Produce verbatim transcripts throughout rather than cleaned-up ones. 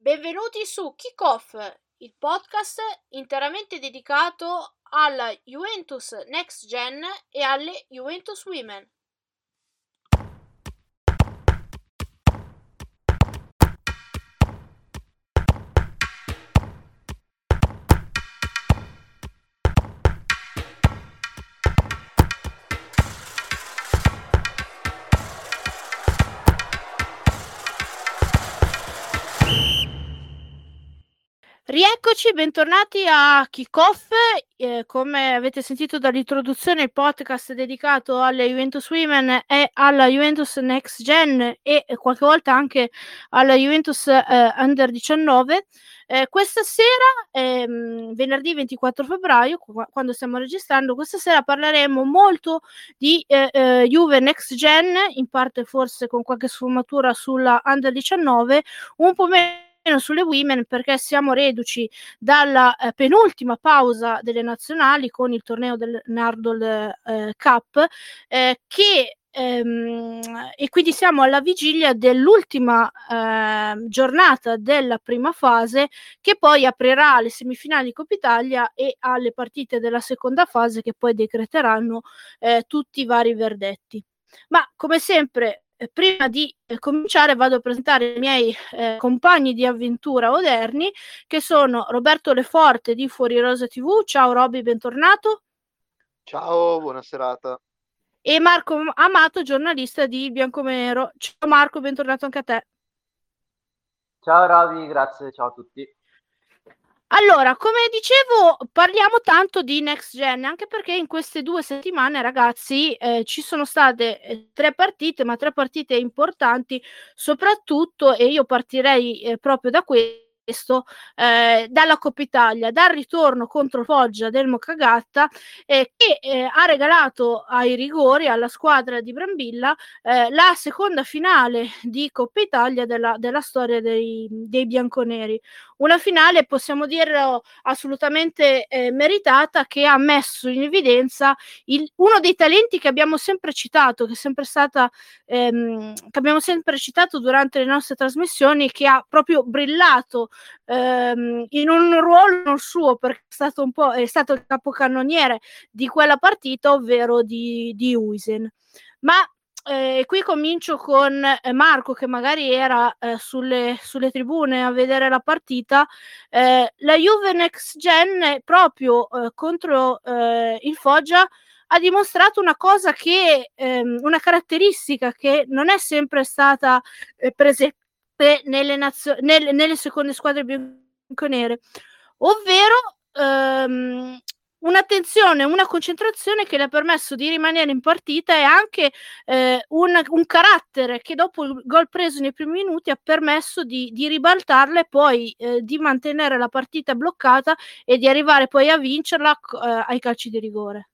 Benvenuti su Kickoff, il podcast interamente dedicato alla Juventus Next Gen e alle Juventus Women. Rieccoci, bentornati a Kickoff, eh, come avete sentito dall'introduzione il podcast dedicato alle Juventus Women e alla Juventus Next Gen e qualche volta anche alla Juventus eh, Under diciannove. Eh, questa sera, ehm, venerdì ventiquattro febbraio, qu- quando stiamo registrando, questa sera parleremo molto di eh, eh, Juve Next Gen, in parte forse con qualche sfumatura sulla Under diciannove, un po' meno sulle women perché siamo reduci dalla eh, penultima pausa delle nazionali con il torneo del Nardol eh, Cup eh, che ehm, e quindi siamo alla vigilia dell'ultima eh, giornata della prima fase che poi aprirà le semifinali di Coppa Italia e alle partite della seconda fase che poi decreteranno eh, tutti i vari verdetti. Ma come sempre, eh, prima di eh, cominciare vado a presentare i miei eh, compagni di avventura odierni, che sono Roberto Leforte di Fuori Rosa tivù. Ciao Robby, bentornato. Ciao, buona serata. E Marco Amato, giornalista di Bianconero. Ciao Marco, bentornato anche a te. Ciao Ravi, grazie, ciao a tutti. Allora, come dicevo, parliamo tanto di Next Gen, anche perché in queste due settimane, ragazzi, eh, ci sono state eh, tre partite, ma tre partite importanti, soprattutto, e io partirei eh, proprio da questo, eh, dalla Coppa Italia, dal ritorno contro Foggia del Mocagatta, eh, che eh, ha regalato ai rigori, alla squadra di Brambilla, eh, la seconda finale di Coppa Italia della, della storia dei, dei bianconeri. Una finale, possiamo dirlo, assolutamente eh, meritata, che ha messo in evidenza il, uno dei talenti che abbiamo sempre citato, che è sempre stata ehm, che abbiamo sempre citato durante le nostre trasmissioni, che ha proprio brillato ehm, in un ruolo non suo, perché è stato un po' è stato il capocannoniere di quella partita, ovvero di, di Huijsen. Ma eh, qui comincio con eh, Marco, che magari era eh, sulle, sulle tribune a vedere la partita. Eh, la Juve Next Gen proprio eh, contro eh, il Foggia ha dimostrato una cosa che ehm, una caratteristica che non è sempre stata eh, presente nelle, nazio- nelle, nelle seconde squadre bianconere, ovvero ehm, un'attenzione, una concentrazione che le ha permesso di rimanere in partita e anche eh, un, un carattere che dopo il gol preso nei primi minuti ha permesso di, di ribaltarla e poi eh, di mantenere la partita bloccata e di arrivare poi a vincerla eh, ai calci di rigore.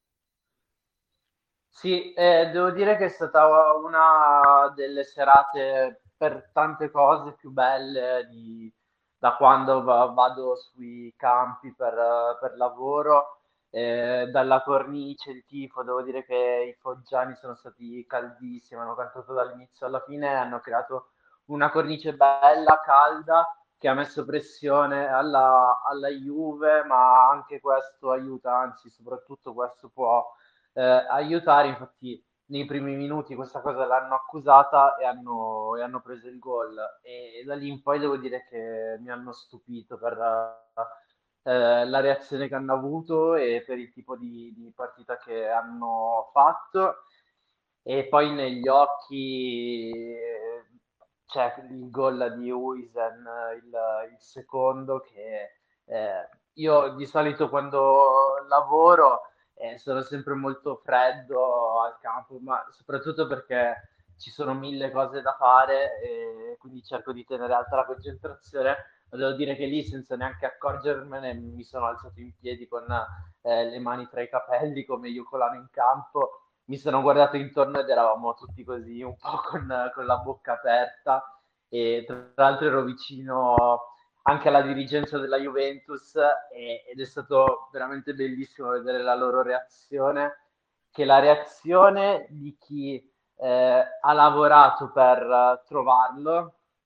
Sì, eh, devo dire che è stata una delle serate per tante cose più belle di- da quando va- vado sui campi per, per lavoro. Eh, dalla cornice, il tifo, devo dire che i foggiani sono stati caldissimi, hanno cantato dall'inizio alla fine, hanno creato una cornice bella, calda, che ha messo pressione alla, alla Juve, ma anche questo aiuta, anzi soprattutto questo può eh, aiutare. Infatti nei primi minuti questa cosa l'hanno accusata e hanno, e hanno preso il gol, e, e da lì in poi devo dire che mi hanno stupito per eh, la reazione che hanno avuto e per il tipo di, di partita che hanno fatto. E poi negli occhi eh, c'è il gol di Huijsen, il, il secondo, che eh, io di solito quando lavoro eh, sono sempre molto freddo al campo, ma soprattutto perché ci sono mille cose da fare e quindi cerco di tenere alta la concentrazione. Ma devo dire che lì, senza neanche accorgermene, mi sono alzato in piedi con eh, le mani tra i capelli come Iucolano in campo. Mi sono guardato intorno ed eravamo tutti così, un po' con, con la bocca aperta, e tra l'altro ero vicino anche alla dirigenza della Juventus e, ed è stato veramente bellissimo vedere la loro reazione, che è la reazione di chi eh, ha lavorato per trovarlo,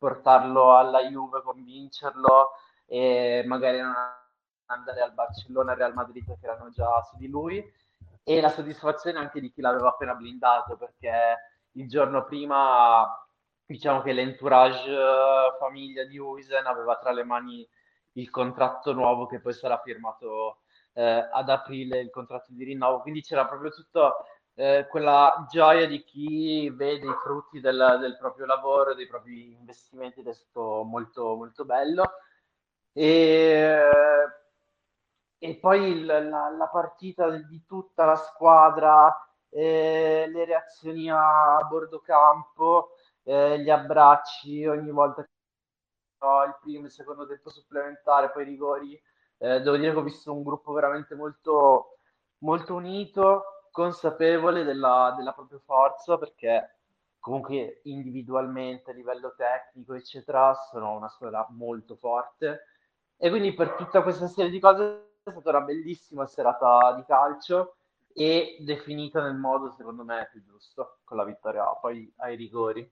portarlo alla Juve, convincerlo e magari non andare al Barcellona e al Real Madrid che erano già su di lui, e la soddisfazione anche di chi l'aveva appena blindato, perché il giorno prima diciamo che l'entourage eh, famiglia di Huijsen aveva tra le mani il contratto nuovo che poi sarà firmato eh, ad aprile, il contratto di rinnovo, quindi c'era proprio tutto eh, quella gioia di chi vede i frutti del, del proprio lavoro, dei propri investimenti, ed è stato molto, molto bello. E, e poi il- la, la partita di tutta la squadra, eh, le reazioni a bordo campo, eh, gli abbracci ogni volta che no, il primo e il secondo tempo supplementare, poi i rigori. Eh, devo dire che ho visto un gruppo veramente molto, molto unito, consapevole della, della propria forza, perché comunque individualmente, a livello tecnico, eccetera, sono una squadra molto forte. E quindi per tutta questa serie di cose è stata una bellissima serata di calcio e definita nel modo, secondo me, più giusto, con la vittoria poi ai rigori.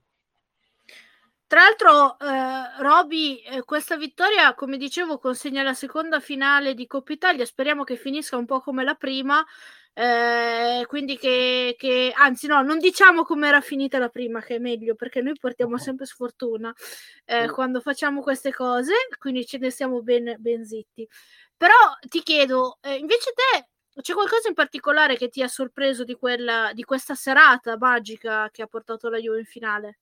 Tra l'altro, eh, Roby, eh, questa vittoria, come dicevo, consegna la seconda finale di Coppa Italia. Speriamo che finisca un po' come la prima. Eh, quindi che, che anzi, no, non diciamo come era finita la prima, che è meglio, perché noi portiamo sempre sfortuna eh, quando facciamo queste cose, quindi ce ne stiamo ben, ben zitti. Però ti chiedo, eh, invece te. C'è qualcosa in particolare che ti ha sorpreso di, quella, di questa serata magica che ha portato la Juve in finale?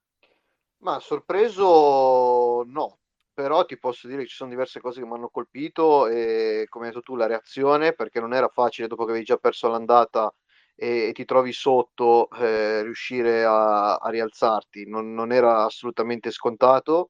Ma sorpreso no, però ti posso dire che ci sono diverse cose che mi hanno colpito e come hai detto tu la reazione, perché non era facile dopo che avevi già perso l'andata e, e ti trovi sotto eh, riuscire a, a rialzarti, non, non era assolutamente scontato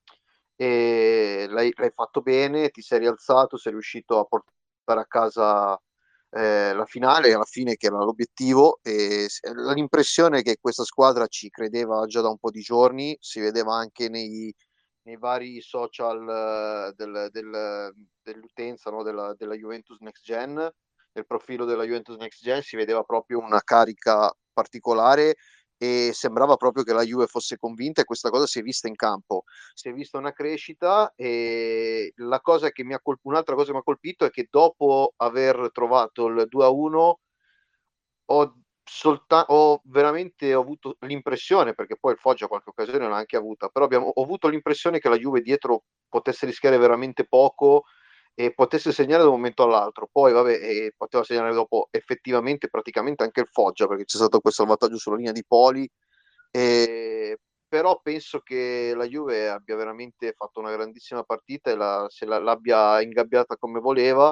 e l'hai, l'hai fatto bene, ti sei rialzato, sei riuscito a portare a casa eh, la finale alla fine che era l'obiettivo e l'impressione che questa squadra ci credeva già da un po' di giorni, si vedeva anche nei, nei vari social eh, del, del, dell'utenza no? della, della Juventus Next Gen, nel profilo della Juventus Next Gen si vedeva proprio una carica particolare e sembrava proprio che la Juve fosse convinta e questa cosa si è vista in campo, si è vista una crescita e la cosa che mi ha colpito, un'altra cosa che mi ha colpito è che dopo aver trovato il due a uno ho, solta- ho veramente avuto l'impressione, perché poi il Foggia qualche occasione l'ha anche avuta, però abbiamo, ho avuto l'impressione che la Juve dietro potesse rischiare veramente poco e potesse segnare da un momento all'altro. Poi, vabbè, e poteva segnare dopo effettivamente praticamente anche il Foggia, perché c'è stato quel salvataggio sulla linea di Poli. E, però penso che la Juve abbia veramente fatto una grandissima partita e la, se la, l'abbia ingabbiata come voleva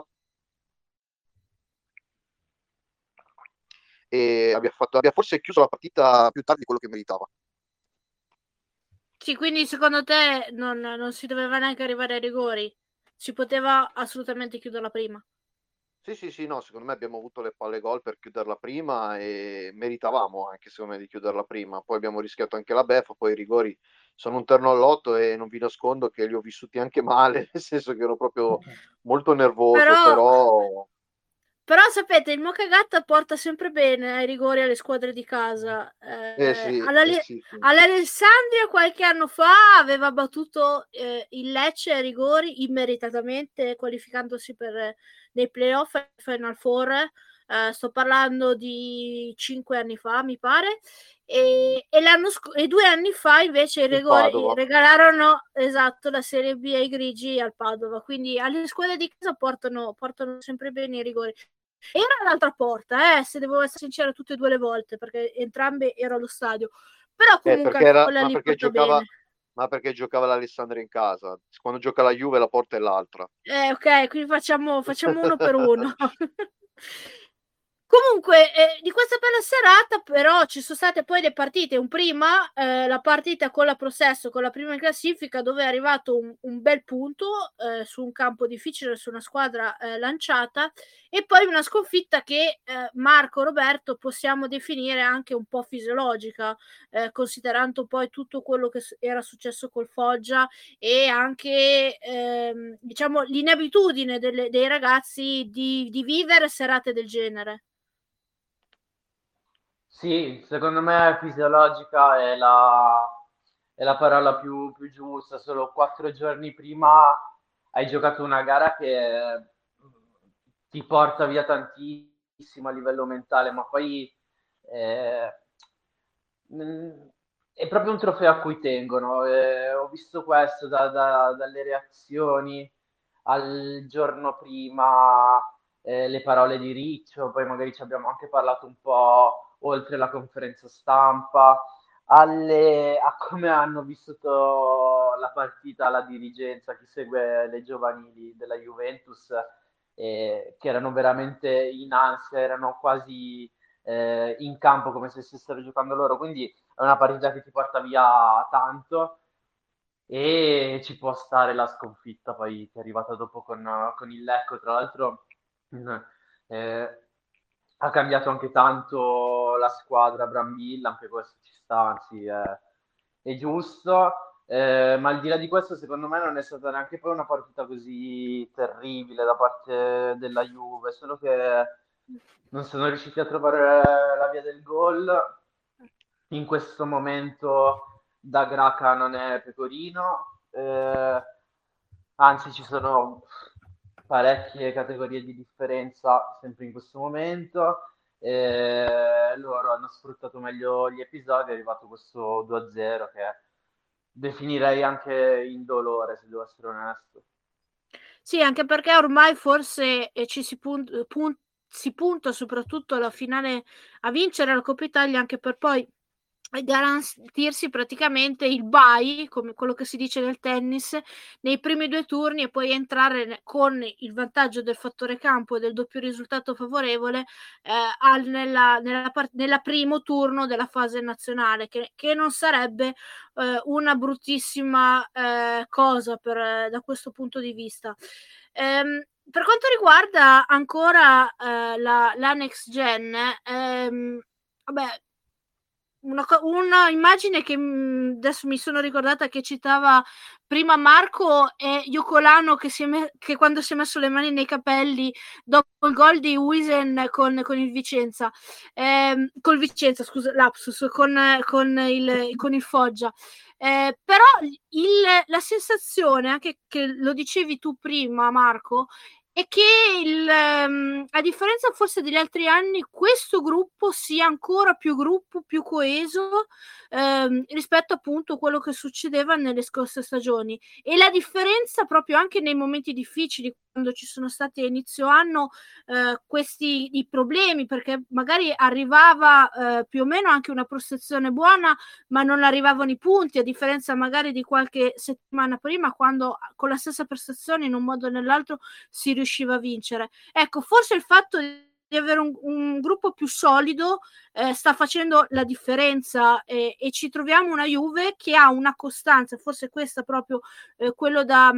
e abbia, fatto, abbia forse chiuso la partita più tardi di quello che meritava. Sì, quindi secondo te non, non si doveva neanche arrivare ai rigori? Si poteva assolutamente chiuderla prima? Sì, sì, sì, no, secondo me abbiamo avuto le palle gol per chiuderla prima e meritavamo anche secondo me di chiuderla prima. Poi abbiamo rischiato anche la beffa, poi i rigori sono un terno all'otto e non vi nascondo che li ho vissuti anche male, nel senso che ero proprio molto nervoso, Però, però però sapete, il Mokagata porta sempre bene ai rigori alle squadre di casa. eh Eh, sì, alla, eh sì, sì. all'Alessandria qualche anno fa aveva battuto eh, il Lecce ai rigori immeritatamente, qualificandosi per nei playoff e Final Four. Eh, sto parlando di cinque anni fa, mi pare. E, e, l'anno sc- e due anni fa invece i Il rigori Padova. regalarono esatto la Serie B ai grigi al Padova, quindi alle squadre di casa portano, portano sempre bene i rigori. Era l'altra porta, eh, se devo essere sincera, tutte e due le volte, perché entrambe ero allo stadio. Però Eh, comunque perché anche era, quella ma lì perché porta giocava, bene. ma perché giocava l'Alessandria in casa? Quando gioca la Juve la porta è l'altra. Eh, ok, quindi facciamo, facciamo uno per uno. Comunque, eh, di questa bella serata, però, ci sono state poi le partite. Un prima, eh, la partita con la Prosesso, con la prima in classifica, dove è arrivato un, un bel punto eh, su un campo difficile, su una squadra eh, lanciata, e poi una sconfitta che eh, Marco Roberto possiamo definire anche un po' fisiologica, eh, considerando poi tutto quello che era successo col Foggia e anche ehm, diciamo l'inabitudine delle, dei ragazzi di, di vivere serate del genere. Sì, secondo me fisiologica è la, è la parola più, più giusta. Solo quattro giorni prima hai giocato una gara che ti porta via tantissimo a livello mentale, ma poi eh, mh, è proprio un trofeo a cui tengono. Eh, ho visto questo da- da- dalle reazioni al giorno prima, eh, le parole di Riccio, poi magari ci abbiamo anche parlato un po' oltre la conferenza stampa, alle- a come hanno vissuto la partita la dirigenza, chi segue le giovanili della Juventus, eh, che erano veramente in ansia, erano quasi eh, in campo come se stessero giocando loro, quindi è una partita che ti porta via tanto e ci può stare la sconfitta poi che è arrivata dopo con, con il Lecco, tra l'altro mh, eh, ha cambiato anche tanto la squadra Brambilla, anche questo ci sta, anzi è, è giusto. Eh, ma al di là di questo, secondo me non è stata neanche poi una partita così terribile da parte della Juve, solo che non sono riusciti a trovare la via del gol. In questo momento da Graca non è Pecorino, eh, anzi ci sono parecchie categorie di differenza sempre in questo momento. Eh, loro hanno sfruttato meglio gli episodi, è arrivato questo due a zero che definirei anche indolore, se devo essere onesto. Sì, anche perché ormai forse eh, ci si, pun- pun- si punta soprattutto alla finale a vincere la Coppa Italia, anche per poi garantirsi praticamente il bye, come quello che si dice nel tennis, nei primi due turni e poi entrare con il vantaggio del fattore campo e del doppio risultato favorevole eh, al, nella, nella, nella primo turno della fase nazionale, che, che non sarebbe eh, una bruttissima eh, cosa per, da questo punto di vista. Ehm, per quanto riguarda ancora eh, la, la next gen, ehm, vabbè, una, una immagine che mh, adesso mi sono ricordata che citava prima Marco è Iocolano che, si è me- che quando si è messo le mani nei capelli dopo il gol di Wisen con, con il Vicenza eh, col Vicenza scusa lapsus con, con, il, con il Foggia eh, però il, la sensazione anche che lo dicevi tu prima Marco è che il, um, a differenza forse degli altri anni questo gruppo sia ancora più gruppo, più coeso ehm, rispetto appunto a quello che succedeva nelle scorse stagioni e la differenza proprio anche nei momenti difficili quando ci sono stati a inizio anno eh, questi i problemi perché magari arrivava eh, più o meno anche una prestazione buona ma non arrivavano i punti a differenza magari di qualche settimana prima quando con la stessa prestazione in un modo o nell'altro si riusciva a vincere. Ecco, forse il fatto di avere un, un gruppo più solido eh, sta facendo la differenza eh, e ci troviamo una Juve che ha una costanza, forse questa proprio eh, quello da,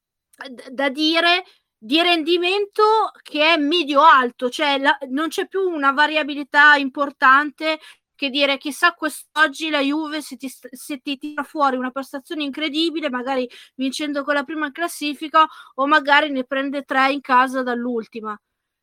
da dire di rendimento che è medio-alto, cioè la, non c'è più una variabilità importante che dire chissà quest'oggi la Juve se ti, se ti tira fuori una prestazione incredibile magari vincendo con la prima classifica o magari ne prende tre in casa dall'ultima.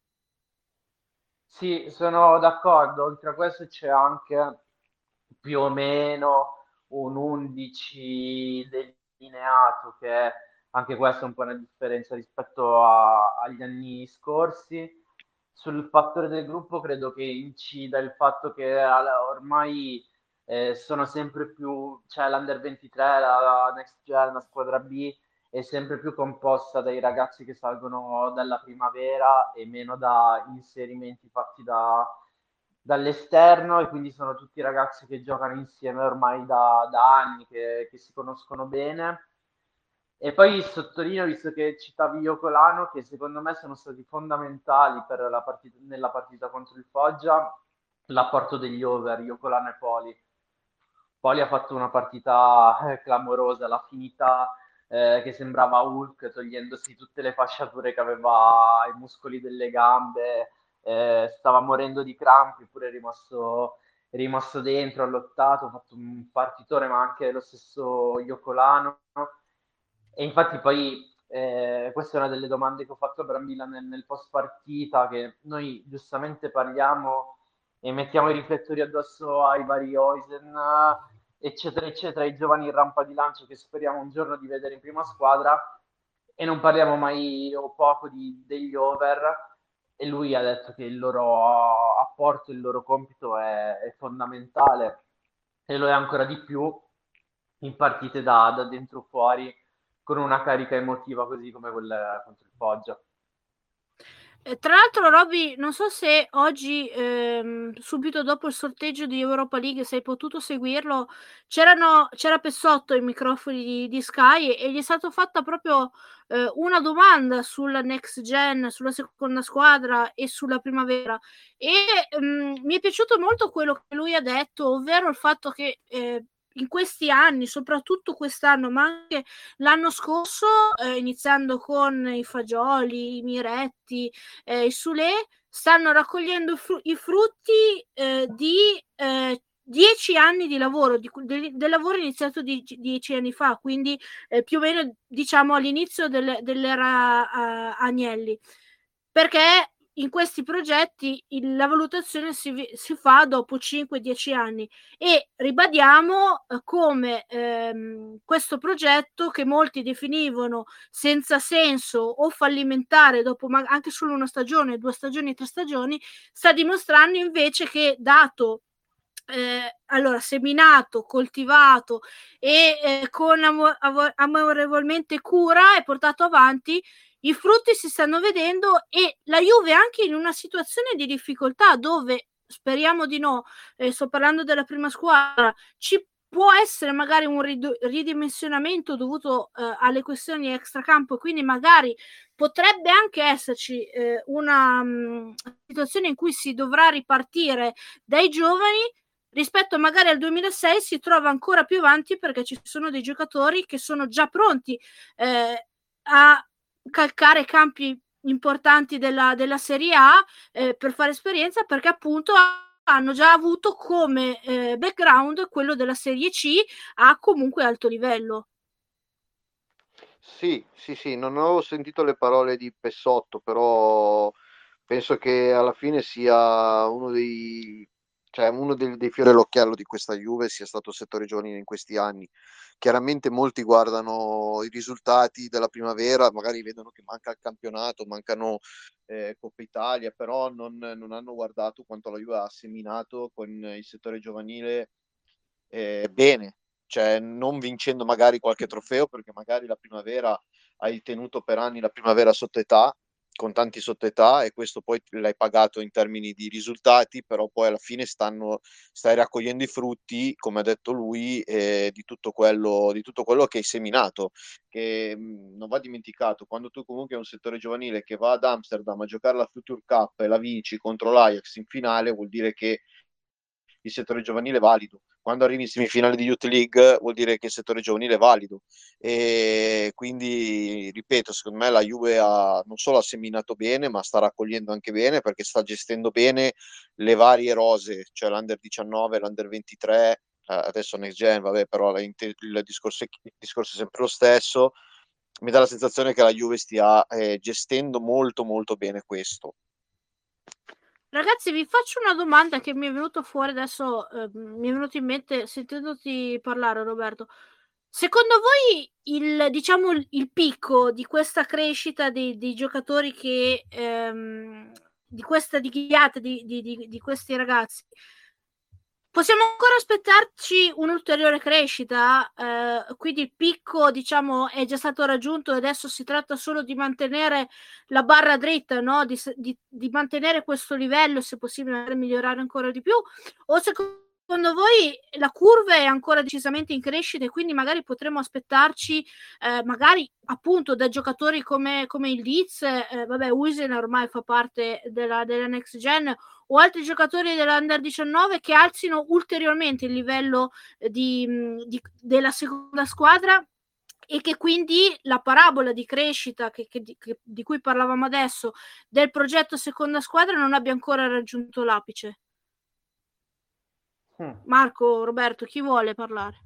Sì, sono d'accordo. Oltre a questo c'è anche più o meno un undici delineato, che è anche questa un po' una differenza rispetto a- agli anni scorsi. Sul fattore del gruppo credo che incida il fatto che alla- ormai eh, sono sempre più, cioè l'Under ventitré, la, la Next Gen, la squadra B, è sempre più composta dai ragazzi che salgono dalla primavera e meno da inserimenti fatti da, dall'esterno e quindi sono tutti ragazzi che giocano insieme ormai da, da anni, che, che si conoscono bene. E poi sottolineo, visto che citavi Iocolano, che secondo me sono stati fondamentali per la partita, nella partita contro il Foggia, l'apporto degli over, Iocolano e Poli. Poli ha fatto una partita eh, clamorosa, l'ha finita eh, che sembrava Hulk, togliendosi tutte le fasciature che aveva ai muscoli delle gambe, eh, stava morendo di crampi, eppure è rimasto, è rimasto dentro, ha lottato, ha fatto un partitore, ma anche lo stesso Iocolano. E infatti poi eh, questa è una delle domande che ho fatto a Brambilla nel, nel post partita, che noi giustamente parliamo e mettiamo i riflettori addosso ai vari Oisen eccetera, eccetera, i giovani in rampa di lancio che speriamo un giorno di vedere in prima squadra, e non parliamo mai o poco di, degli over, e lui ha detto che il loro apporto, il loro compito è, è fondamentale, e lo è ancora di più in partite da, da dentro fuori, con una carica emotiva così come quella contro il Foggia. Eh, tra l'altro, Robby, non so se oggi, ehm, subito dopo il sorteggio di Europa League, se hai potuto seguirlo, c'erano, c'era Pessotto ai microfoni di, di Sky e gli è stata fatta proprio eh, una domanda sulla next gen, sulla seconda squadra e sulla primavera. E ehm, mi è piaciuto molto quello che lui ha detto, ovvero il fatto che eh, in questi anni, soprattutto quest'anno, ma anche l'anno scorso, eh, iniziando con i Fagioli, i Miretti, eh, i Sule, stanno raccogliendo fru- i frutti eh, di eh, dieci anni di lavoro, di, de, del lavoro iniziato di, dieci anni fa, quindi eh, più o meno diciamo all'inizio del, dell'era uh, Agnelli, perché in questi progetti il, la valutazione si, si fa dopo cinque dieci anni e ribadiamo eh, come ehm, questo progetto che molti definivano senza senso o fallimentare dopo ma- anche solo una stagione, due stagioni, tre stagioni, sta dimostrando invece che dato eh, allora seminato, coltivato e eh, con amo- amorevolmente cura e portato avanti, i frutti si stanno vedendo e la Juve anche in una situazione di difficoltà dove speriamo di no, eh, sto parlando della prima squadra, ci può essere magari un rid- ridimensionamento dovuto eh, alle questioni extracampo, quindi magari potrebbe anche esserci eh, una mh, situazione in cui si dovrà ripartire dai giovani rispetto magari al duemilasei, si trova ancora più avanti perché ci sono dei giocatori che sono già pronti eh, a calcare campi importanti della, della Serie A eh, per fare esperienza, perché appunto hanno già avuto come eh, background quello della Serie C a comunque alto livello. Sì, sì, sì, non ho sentito le parole di Pessotto, però penso che alla fine sia uno dei, cioè uno dei, dei fiori all'occhiello di questa Juve sia stato il settore giovanile in questi anni. Chiaramente molti guardano i risultati della primavera, magari vedono che manca il campionato, mancano eh, Coppa Italia, però non, non hanno guardato quanto la Juve ha seminato con il settore giovanile eh, bene, cioè non vincendo magari qualche trofeo, perché magari la primavera hai tenuto per anni la primavera sotto età, con tanti sotto età, e questo poi l'hai pagato in termini di risultati, però poi alla fine stanno, stai raccogliendo i frutti, come ha detto lui, eh, di tutto quello, di tutto quello che hai seminato, che mh, non va dimenticato, quando tu comunque hai un settore giovanile che va ad Amsterdam a giocare la Future Cup e la vinci contro l'Ajax in finale, vuol dire che il settore giovanile è valido. Quando arrivi in semifinale di Youth League vuol dire che il settore giovanile è valido. E quindi, ripeto, secondo me la Juve ha, non solo ha seminato bene, ma sta raccogliendo anche bene, perché sta gestendo bene le varie rose, cioè l'Under diciannove, l'Under ventitré, eh, adesso Next Gen, vabbè, però il discorso, è, il discorso è sempre lo stesso. Mi dà la sensazione che la Juve stia eh, gestendo molto molto bene questo. Ragazzi, vi faccio una domanda che mi è venuto fuori adesso, eh, mi è venuto in mente sentendoti parlare, Roberto. Secondo voi il, diciamo, il, il picco di questa crescita dei, dei giocatori che ehm, di questa dichiata di, di, di, di questi ragazzi, possiamo ancora aspettarci un'ulteriore crescita? Eh, quindi il picco, diciamo, è già stato raggiunto e adesso si tratta solo di mantenere la barra dritta, no? Di, di, di mantenere questo livello, se possibile migliorare ancora di più? O secondo voi la curva è ancora decisamente in crescita e quindi magari potremmo aspettarci eh, magari appunto da giocatori come, come il Leeds, eh, vabbè, Uisen ormai fa parte della, della next gen, o altri giocatori dell'Under diciannove che alzino ulteriormente il livello di, di, della seconda squadra e che quindi la parabola di crescita che, che, che, di cui parlavamo adesso del progetto seconda squadra non abbia ancora raggiunto l'apice. Hmm. Marco, Roberto, chi vuole parlare?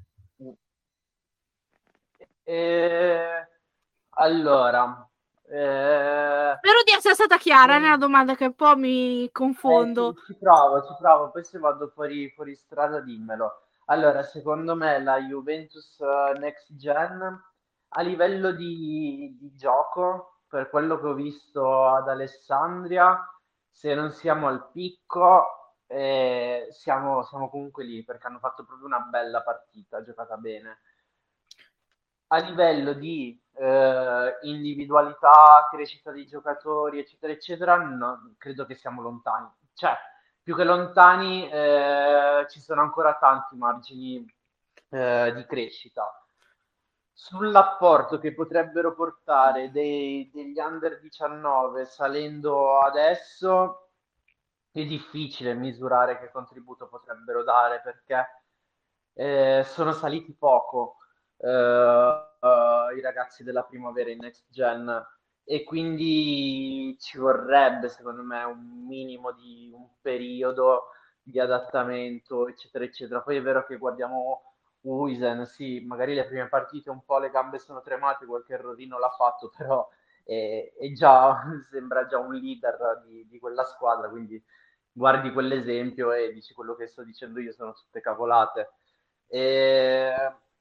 Eh, allora, eh, spero di essere stata chiara nella domanda, che un po' mi confondo. Eh, ci, ci provo, ci provo, poi se vado fuori, fuori strada dimmelo. Allora, secondo me la Juventus eh, Next Gen a livello di, di gioco, per quello che ho visto ad Alessandria, se non siamo al picco, eh, siamo, siamo comunque lì perché hanno fatto proprio una bella partita, giocata bene. A livello di eh, individualità, crescita dei giocatori, eccetera, eccetera, no, credo che siamo lontani. Cioè, più che lontani, eh, ci sono ancora tanti margini eh, di crescita. Sull'apporto che potrebbero portare dei- degli under diciannove salendo adesso, è difficile misurare che contributo potrebbero dare perché eh, sono saliti poco eh, eh, i ragazzi della primavera in Next Gen e quindi ci vorrebbe, secondo me, un minimo di un periodo di adattamento, eccetera, eccetera. Poi è vero che guardiamo Huijsen, sì, magari le prime partite un po' le gambe sono tremate, qualche errorino l'ha fatto, però è, è già, sembra già un leader di, di quella squadra, quindi guardi quell'esempio e dici quello che sto dicendo io sono tutte cavolate. E...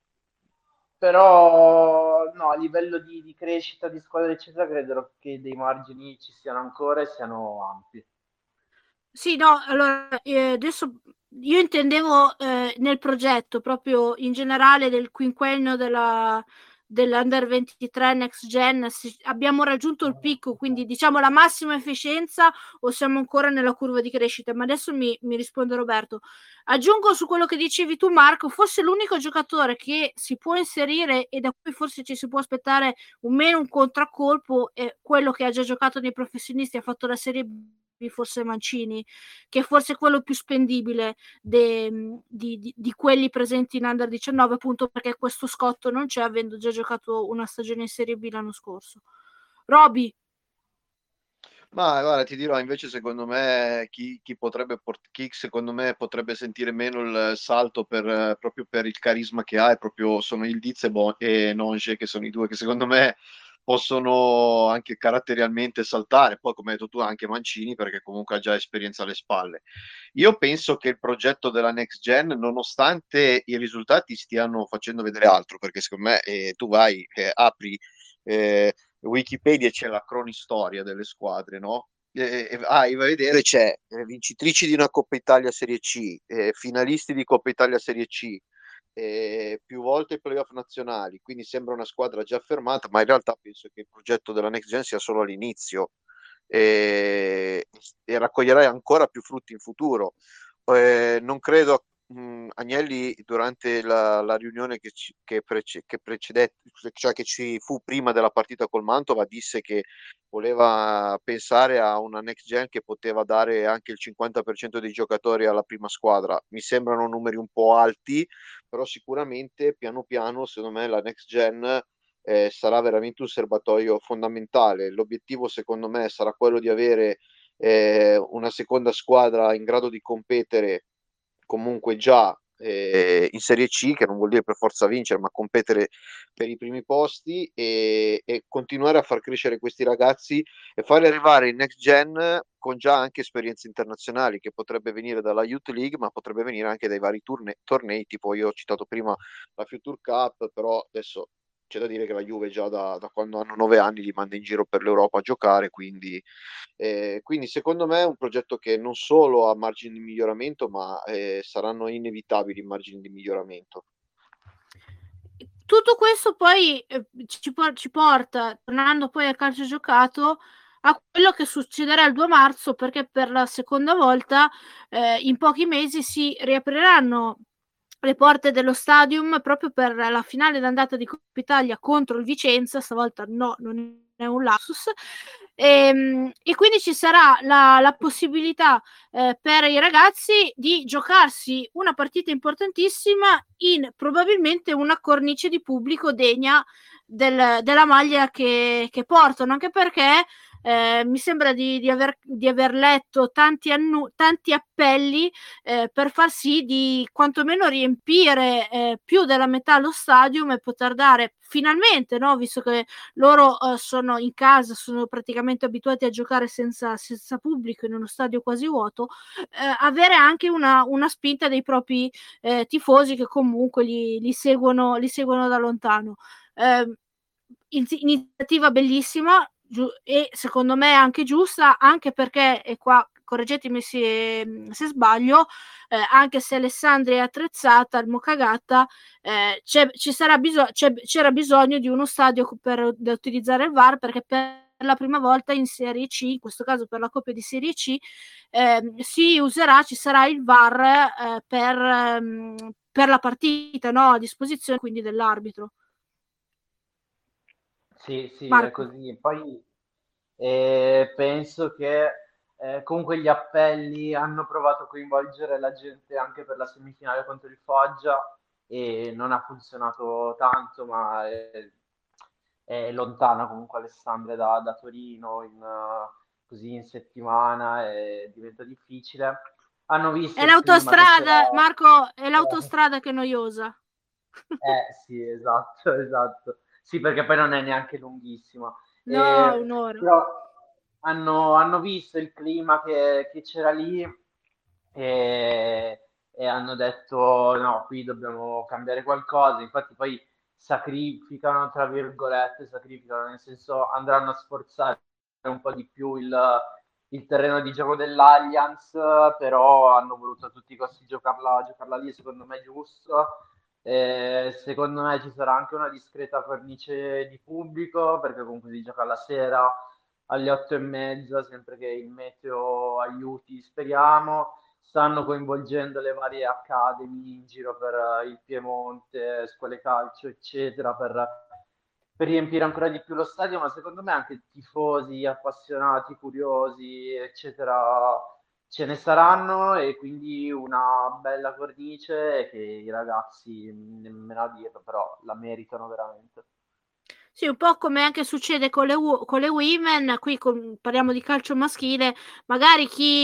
Però no, a livello di, di crescita di squadra, eccetera, credo che dei margini ci siano ancora e siano ampi. Sì, no, allora eh, adesso io intendevo eh, nel progetto, proprio in generale del quinquennio della, dell'Under ventitré Next Gen, se abbiamo raggiunto il picco, quindi diciamo la massima efficienza o siamo ancora nella curva di crescita? Ma adesso mi, mi risponde Roberto. Aggiungo su quello che dicevi tu, Marco, forse l'unico giocatore che si può inserire e da cui forse ci si può aspettare un meno un contraccolpo è quello che ha già giocato nei professionisti, ha fatto la Serie B, forse Mancini, che è forse quello più spendibile de, di, di, di quelli presenti in Under diciannove, appunto perché questo scotto non c'è, avendo già giocato una stagione in Serie B l'anno scorso. Roby. Ma guarda, ti dirò invece, secondo me, chi, chi potrebbe port- chi secondo me potrebbe sentire meno il salto per, eh, proprio per il carisma che ha, è proprio sono il Diz e, Bo- e Nonge, che sono i due che secondo me possono anche caratterialmente saltare. Poi, come hai detto tu, anche Mancini, perché comunque ha già esperienza alle spalle. Io penso che il progetto della Next Gen, nonostante i risultati stiano facendo vedere altro, perché secondo me eh, tu vai, eh, apri. Eh, Wikipedia c'è la cronistoria delle squadre, no? E, e, ah, vai a vedere c'è eh, vincitrici di una Coppa Italia Serie C, eh, finalisti di Coppa Italia Serie C, eh, più volte playoff nazionali, quindi sembra una squadra già affermata, ma in realtà penso che il progetto della Next Gen sia solo all'inizio e, e raccoglierai ancora più frutti in futuro. Eh, non credo mh, Agnelli durante la, la riunione che, ci, che, prece, che precedette, cioè che ci fu prima della partita col Mantova, disse che voleva pensare a una next gen che poteva dare anche il cinquanta per cento dei giocatori alla prima squadra. Mi sembrano numeri un po' alti, però sicuramente piano piano, secondo me, la next gen eh, sarà veramente un serbatoio fondamentale. L'obiettivo, secondo me, sarà quello di avere eh, una seconda squadra in grado di competere comunque già eh, in Serie C, che non vuol dire per forza vincere, ma competere per i primi posti e, e continuare a far crescere questi ragazzi e farli arrivare in next gen con già anche esperienze internazionali, che potrebbe venire dalla Youth League, ma potrebbe venire anche dai vari turne, tornei, tipo io ho citato prima la Future Cup, però adesso c'è da dire che la Juve già da, da quando hanno nove anni li manda in giro per l'Europa a giocare, quindi, eh, quindi secondo me è un progetto che non solo ha margini di miglioramento, ma eh, saranno inevitabili margini di miglioramento. Tutto questo poi eh, ci, ci porta, tornando poi al calcio giocato, a quello che succederà il due marzo, perché per la seconda volta eh, in pochi mesi si riapriranno le porte dello stadium proprio per la finale d'andata di Coppa Italia contro il Vicenza. Stavolta no, non è un lapsus. E, e quindi ci sarà la, la possibilità eh, per i ragazzi di giocarsi una partita importantissima in probabilmente una cornice di pubblico degna del, della maglia che, che portano, anche perché eh, mi sembra di, di, aver, di aver letto tanti, annu- tanti appelli eh, per far sì di quantomeno riempire eh, più della metà lo stadium e poter dare finalmente, no, visto che loro uh, sono in casa, sono praticamente abituati a giocare senza, senza pubblico in uno stadio quasi vuoto, eh, avere anche una, una spinta dei propri eh, tifosi che comunque li, li, seguono, li seguono da lontano. Eh, iniziativa bellissima giu- e secondo me anche giusta, anche perché, e qua correggetemi se, se sbaglio, eh, anche se Alessandria è attrezzata al Mokagata, eh, c'è, ci sarà bisog- c'è, c'era bisogno di uno stadio per da utilizzare il V A R, perché per la prima volta in Serie C, in questo caso per la Coppa di Serie C, eh, si userà, ci sarà il V A R eh, per, ehm, per la partita, no? A disposizione quindi dell'arbitro. Sì, sì, è Marco. così. Poi eh, penso che eh, comunque gli appelli hanno provato a coinvolgere la gente anche per la semifinale contro il Foggia e non ha funzionato tanto, ma è, è lontana comunque Alessandria da, da Torino in, uh, così in settimana e diventa difficile. Hanno visto È il clima che l'autostrada, c'era. Marco, è Eh, l'autostrada che è noiosa. eh, sì, esatto, esatto. Sì, perché poi non è neanche lunghissima. No, Eh, un'ora. però hanno, hanno visto il clima che, che c'era lì e, e hanno detto no, qui dobbiamo cambiare qualcosa. Infatti poi sacrificano, tra virgolette, sacrificano, nel senso andranno a sforzare un po' di più il, il terreno di gioco dell'Allianz, però hanno voluto a tutti i costi giocarla, giocarla lì, secondo me è giusto. Eh, secondo me ci sarà anche una discreta cornice di pubblico, perché comunque si gioca la sera alle otto e mezza, sempre che il meteo aiuti, speriamo. Stanno coinvolgendo le varie academy in giro per eh, il Piemonte, scuole calcio, eccetera, per, per riempire ancora di più lo stadio, ma secondo me anche tifosi, appassionati, curiosi, eccetera, ce ne saranno e quindi una bella cornice che i ragazzi, nemmeno a dirlo, però la meritano veramente. Sì, un po' come anche succede con le, con le women, qui con, parliamo di calcio maschile, magari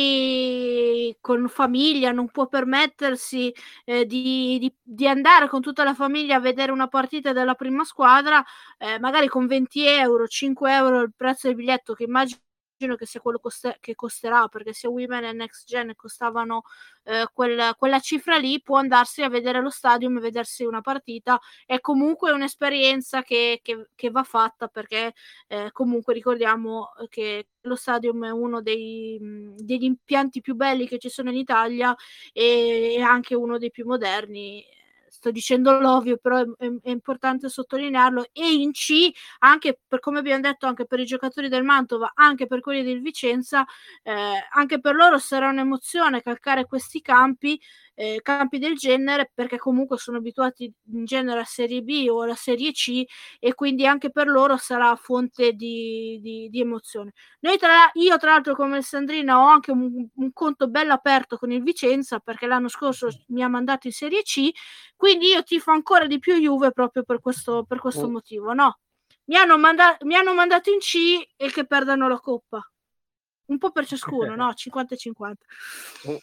chi con famiglia non può permettersi eh, di, di, di andare con tutta la famiglia a vedere una partita della prima squadra, eh, magari con venti euro, cinque euro il prezzo del biglietto, che immagino che sia quello coste- che costerà, perché sia Women e Next Gen costavano eh, quel, quella cifra lì, può andarsi a vedere lo stadium e vedersi una partita. È comunque un'esperienza che, che, che va fatta, perché eh, comunque ricordiamo che lo stadium è uno dei, degli impianti più belli che ci sono in Italia e anche uno dei più moderni. Sto dicendo l'ovvio, però è, è, è importante sottolinearlo. E in C, anche per come abbiamo detto, anche per i giocatori del Mantova, anche per quelli del Vicenza, eh, anche per loro sarà un'emozione calcare questi campi, eh, campi del genere, perché comunque sono abituati in genere a Serie B o alla Serie C, e quindi anche per loro sarà fonte di, di, di emozione. Noi tra, io tra l'altro come Alessandrina ho anche un, un conto bello aperto con il Vicenza, perché l'anno scorso mi ha mandato in Serie C, quindi io tifo ancora di più Juve proprio per questo, per questo Mm. motivo, no? Mi hanno, manda- mi hanno mandato in C e che perdano la coppa. Un po' per ciascuno, no? cinquanta e cinquanta. Mm.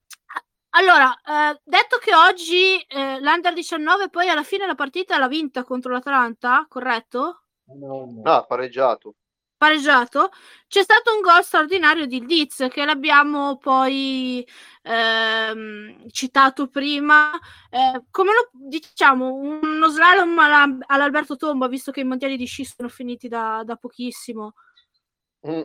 Allora, eh, detto che oggi eh, l'Under diciannove poi alla fine la partita l'ha vinta contro l'Atalanta, corretto? No, no. Ah, pareggiato. Pareggiato, c'è stato un gol straordinario di Diz che l'abbiamo poi ehm, citato prima, eh, come lo diciamo, uno slalom alla, all'Alberto Tomba, visto che i mondiali di sci sono finiti da, da pochissimo. Mm.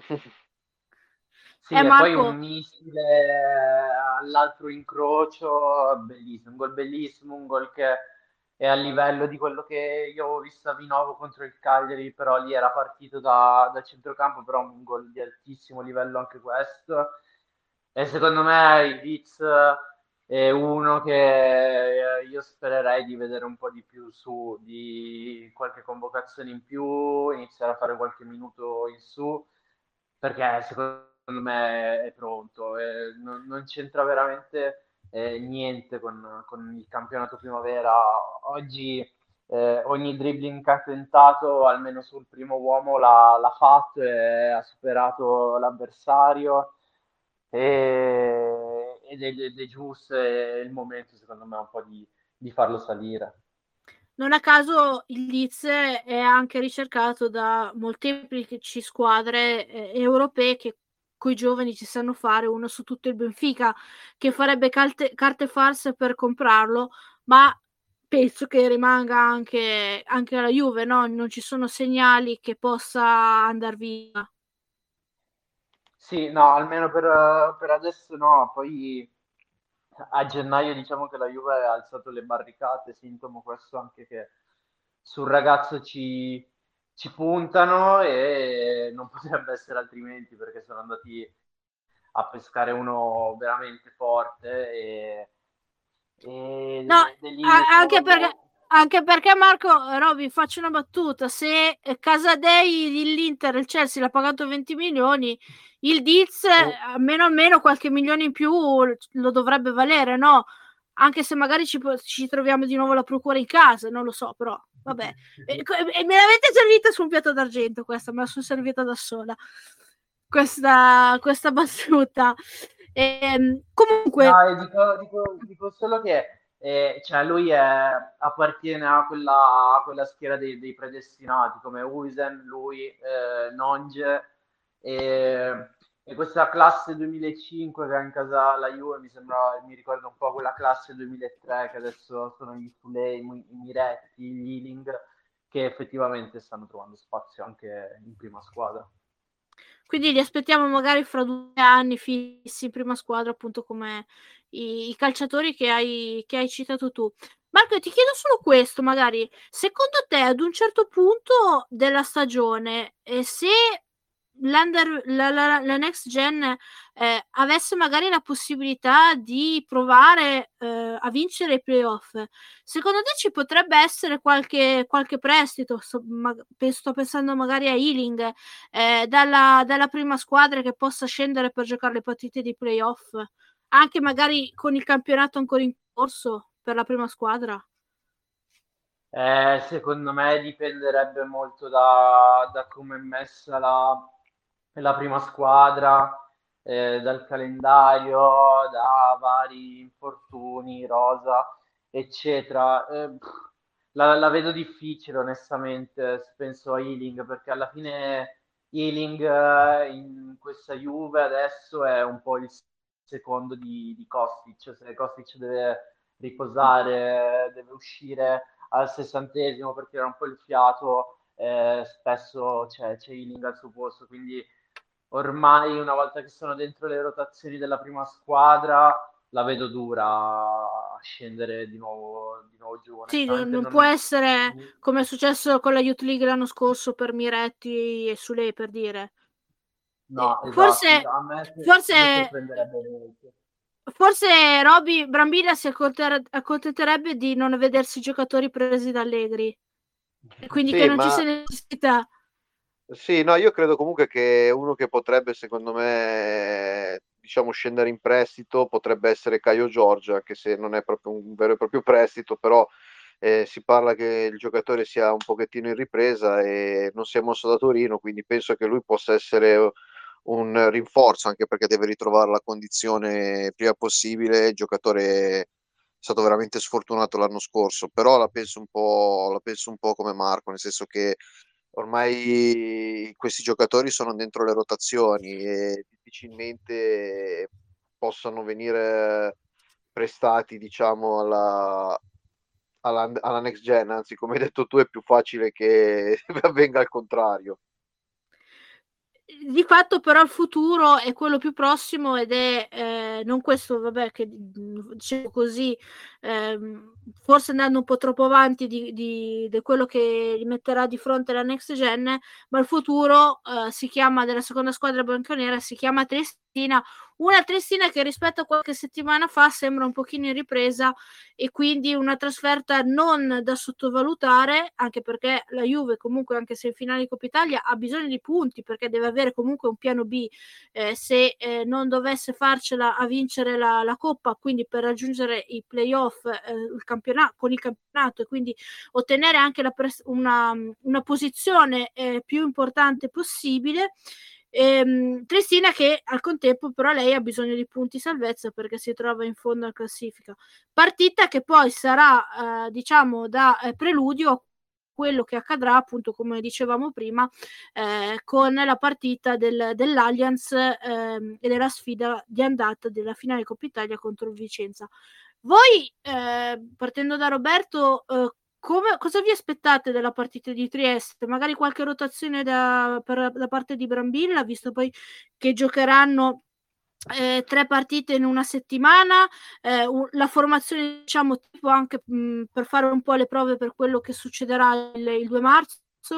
Sì, Eh e poi un Marco, missile all'altro incrocio, bellissimo, un gol bellissimo, un gol che è a livello di quello che io ho visto a Vinovo contro il Cagliari, però lì era partito da, da centrocampo, però un gol di altissimo livello anche questo. E secondo me il Leeds è uno che io spererei di vedere un po' di più su, di qualche convocazione in più, iniziare a fare qualche minuto in su, perché secondo me è pronto, eh, non, non c'entra veramente eh, niente con, con il campionato primavera. Oggi eh, ogni dribbling che ha tentato, almeno sul primo uomo, l'ha, l'ha fatto e ha superato l'avversario. E, ed, è, ed è giusto, è il momento, secondo me, un po' di, di farlo salire. Non a caso il Leeds è anche ricercato da molteplici squadre eh, europee che coi giovani ci sanno fare, uno su tutto il Benfica, che farebbe carte, carte farse per comprarlo, ma penso che rimanga anche, anche alla Juve, no? Non ci sono segnali che possa andare via. Sì, no, almeno per, per adesso no, poi a gennaio diciamo che la Juve ha alzato le barricate, sintomo questo anche che sul ragazzo ci, ci puntano e non potrebbe essere altrimenti perché sono andati a pescare uno veramente forte e, e No, degli a- anche diciamo, perché, anche perché Marco, Roby, faccio una battuta, se eh, Casadei dell'Inter, il Chelsea l'ha pagato venti milioni, il Diz eh, almeno almeno qualche milione in più lo dovrebbe valere, no? Anche se magari ci, ci troviamo di nuovo la procura in casa, non lo so, però vabbè. E, e me l'avete servita su un piatto d'argento questa, me la sono servita da sola. Questa, questa battuta. E, comunque... No, dico, dico, dico solo che eh, cioè lui è, appartiene a quella, a quella schiera dei, dei predestinati come Uisen, lui, eh, Nonge e, e questa classe duemilacinque che ha in casa la Juve mi sembra, mi ricorda un po' quella classe duemilatré che adesso sono gli Fulei, i Miretti, gli Ealing che effettivamente stanno trovando spazio anche in prima squadra. Quindi li aspettiamo magari fra due anni fissi in prima squadra, appunto come i, i calciatori che hai, che hai citato tu. Marco, ti chiedo solo questo, magari, secondo te ad un certo punto della stagione, eh, se la, la, la next gen eh, avesse magari la possibilità di provare eh, a vincere i playoff, secondo te ci potrebbe essere qualche, qualche prestito? Sto, ma, sto pensando magari a Ealing, eh, dalla, dalla prima squadra che possa scendere per giocare le partite di playoff, anche magari con il campionato ancora in corso per la prima squadra? Eh, secondo me dipenderebbe molto da, da come è messa la, la prima squadra, eh, dal calendario, da vari infortuni, rosa, eccetera. Eh, la, la vedo difficile, onestamente, se penso a Ealing, perché alla fine Ealing eh, in questa Juve adesso è un po' il secondo di, di Kostic. Se Kostic deve riposare, deve uscire al sessantesimo per tirare un po' il fiato, eh, spesso c'è, c'è Ealing al suo posto, quindi ormai una volta che sono dentro le rotazioni della prima squadra la vedo dura a scendere di nuovo, di nuovo giù, Sì, onestamente non non... può essere come è successo con la Youth League l'anno scorso per Miretti e Sule, per dire. No, Eh, esatto, forse, a me, forse, mi sorprenderebbe molto. forse Roby Brambilla si accontenterebbe di non vedersi giocatori presi da Allegri, e quindi sì, che non ma... ci sia necessità. Sì, no, io credo comunque che uno che potrebbe, secondo me, diciamo, scendere in prestito potrebbe essere Caio Giorgia, anche se non è proprio un vero e proprio prestito, però eh, si parla che il giocatore sia un pochettino in ripresa e non si è mosso da Torino, quindi penso che lui possa essere un rinforzo, anche perché deve ritrovare la condizione prima possibile. Il giocatore è stato veramente sfortunato l'anno scorso, però la penso un po', la penso un po' come Marco, nel senso che ormai questi giocatori sono dentro le rotazioni e difficilmente possono venire prestati, diciamo, alla, alla, alla next gen, anzi, come hai detto tu, è più facile che avvenga il contrario. Di fatto però il futuro è quello più prossimo ed è eh, non questo, vabbè, che dicevo così, ehm, forse andando un po' troppo avanti di, di, di quello che li metterà di fronte alla next gen, ma il futuro eh, si chiama, della seconda squadra bianconera, si chiama Triestina, una Triestina che rispetto a qualche settimana fa sembra un pochino in ripresa e quindi una trasferta non da sottovalutare, anche perché la Juve comunque, anche se in finale di Coppa Italia, ha bisogno di punti perché deve avere comunque un piano B eh, se eh, non dovesse farcela a vincere la, la Coppa, quindi per raggiungere i playoff playoff eh, il campionato, con il campionato, e quindi ottenere anche la pres- una, una posizione eh, più importante possibile. Ehm, Triestina che al contempo però lei ha bisogno di punti salvezza perché si trova in fondo alla classifica, partita che poi sarà eh, diciamo da eh, preludio a quello che accadrà appunto come dicevamo prima eh, con la partita del, dell'Allianz eh, e della sfida di andata della finale Coppa Italia contro il Vicenza. Voi eh, partendo da Roberto eh, come, cosa vi aspettate della partita di Trieste? Magari qualche rotazione da, per, da parte di Brambilla, visto poi che giocheranno eh, tre partite in una settimana, eh, la formazione diciamo tipo anche mh, per fare un po' le prove per quello che succederà il, il due marzo?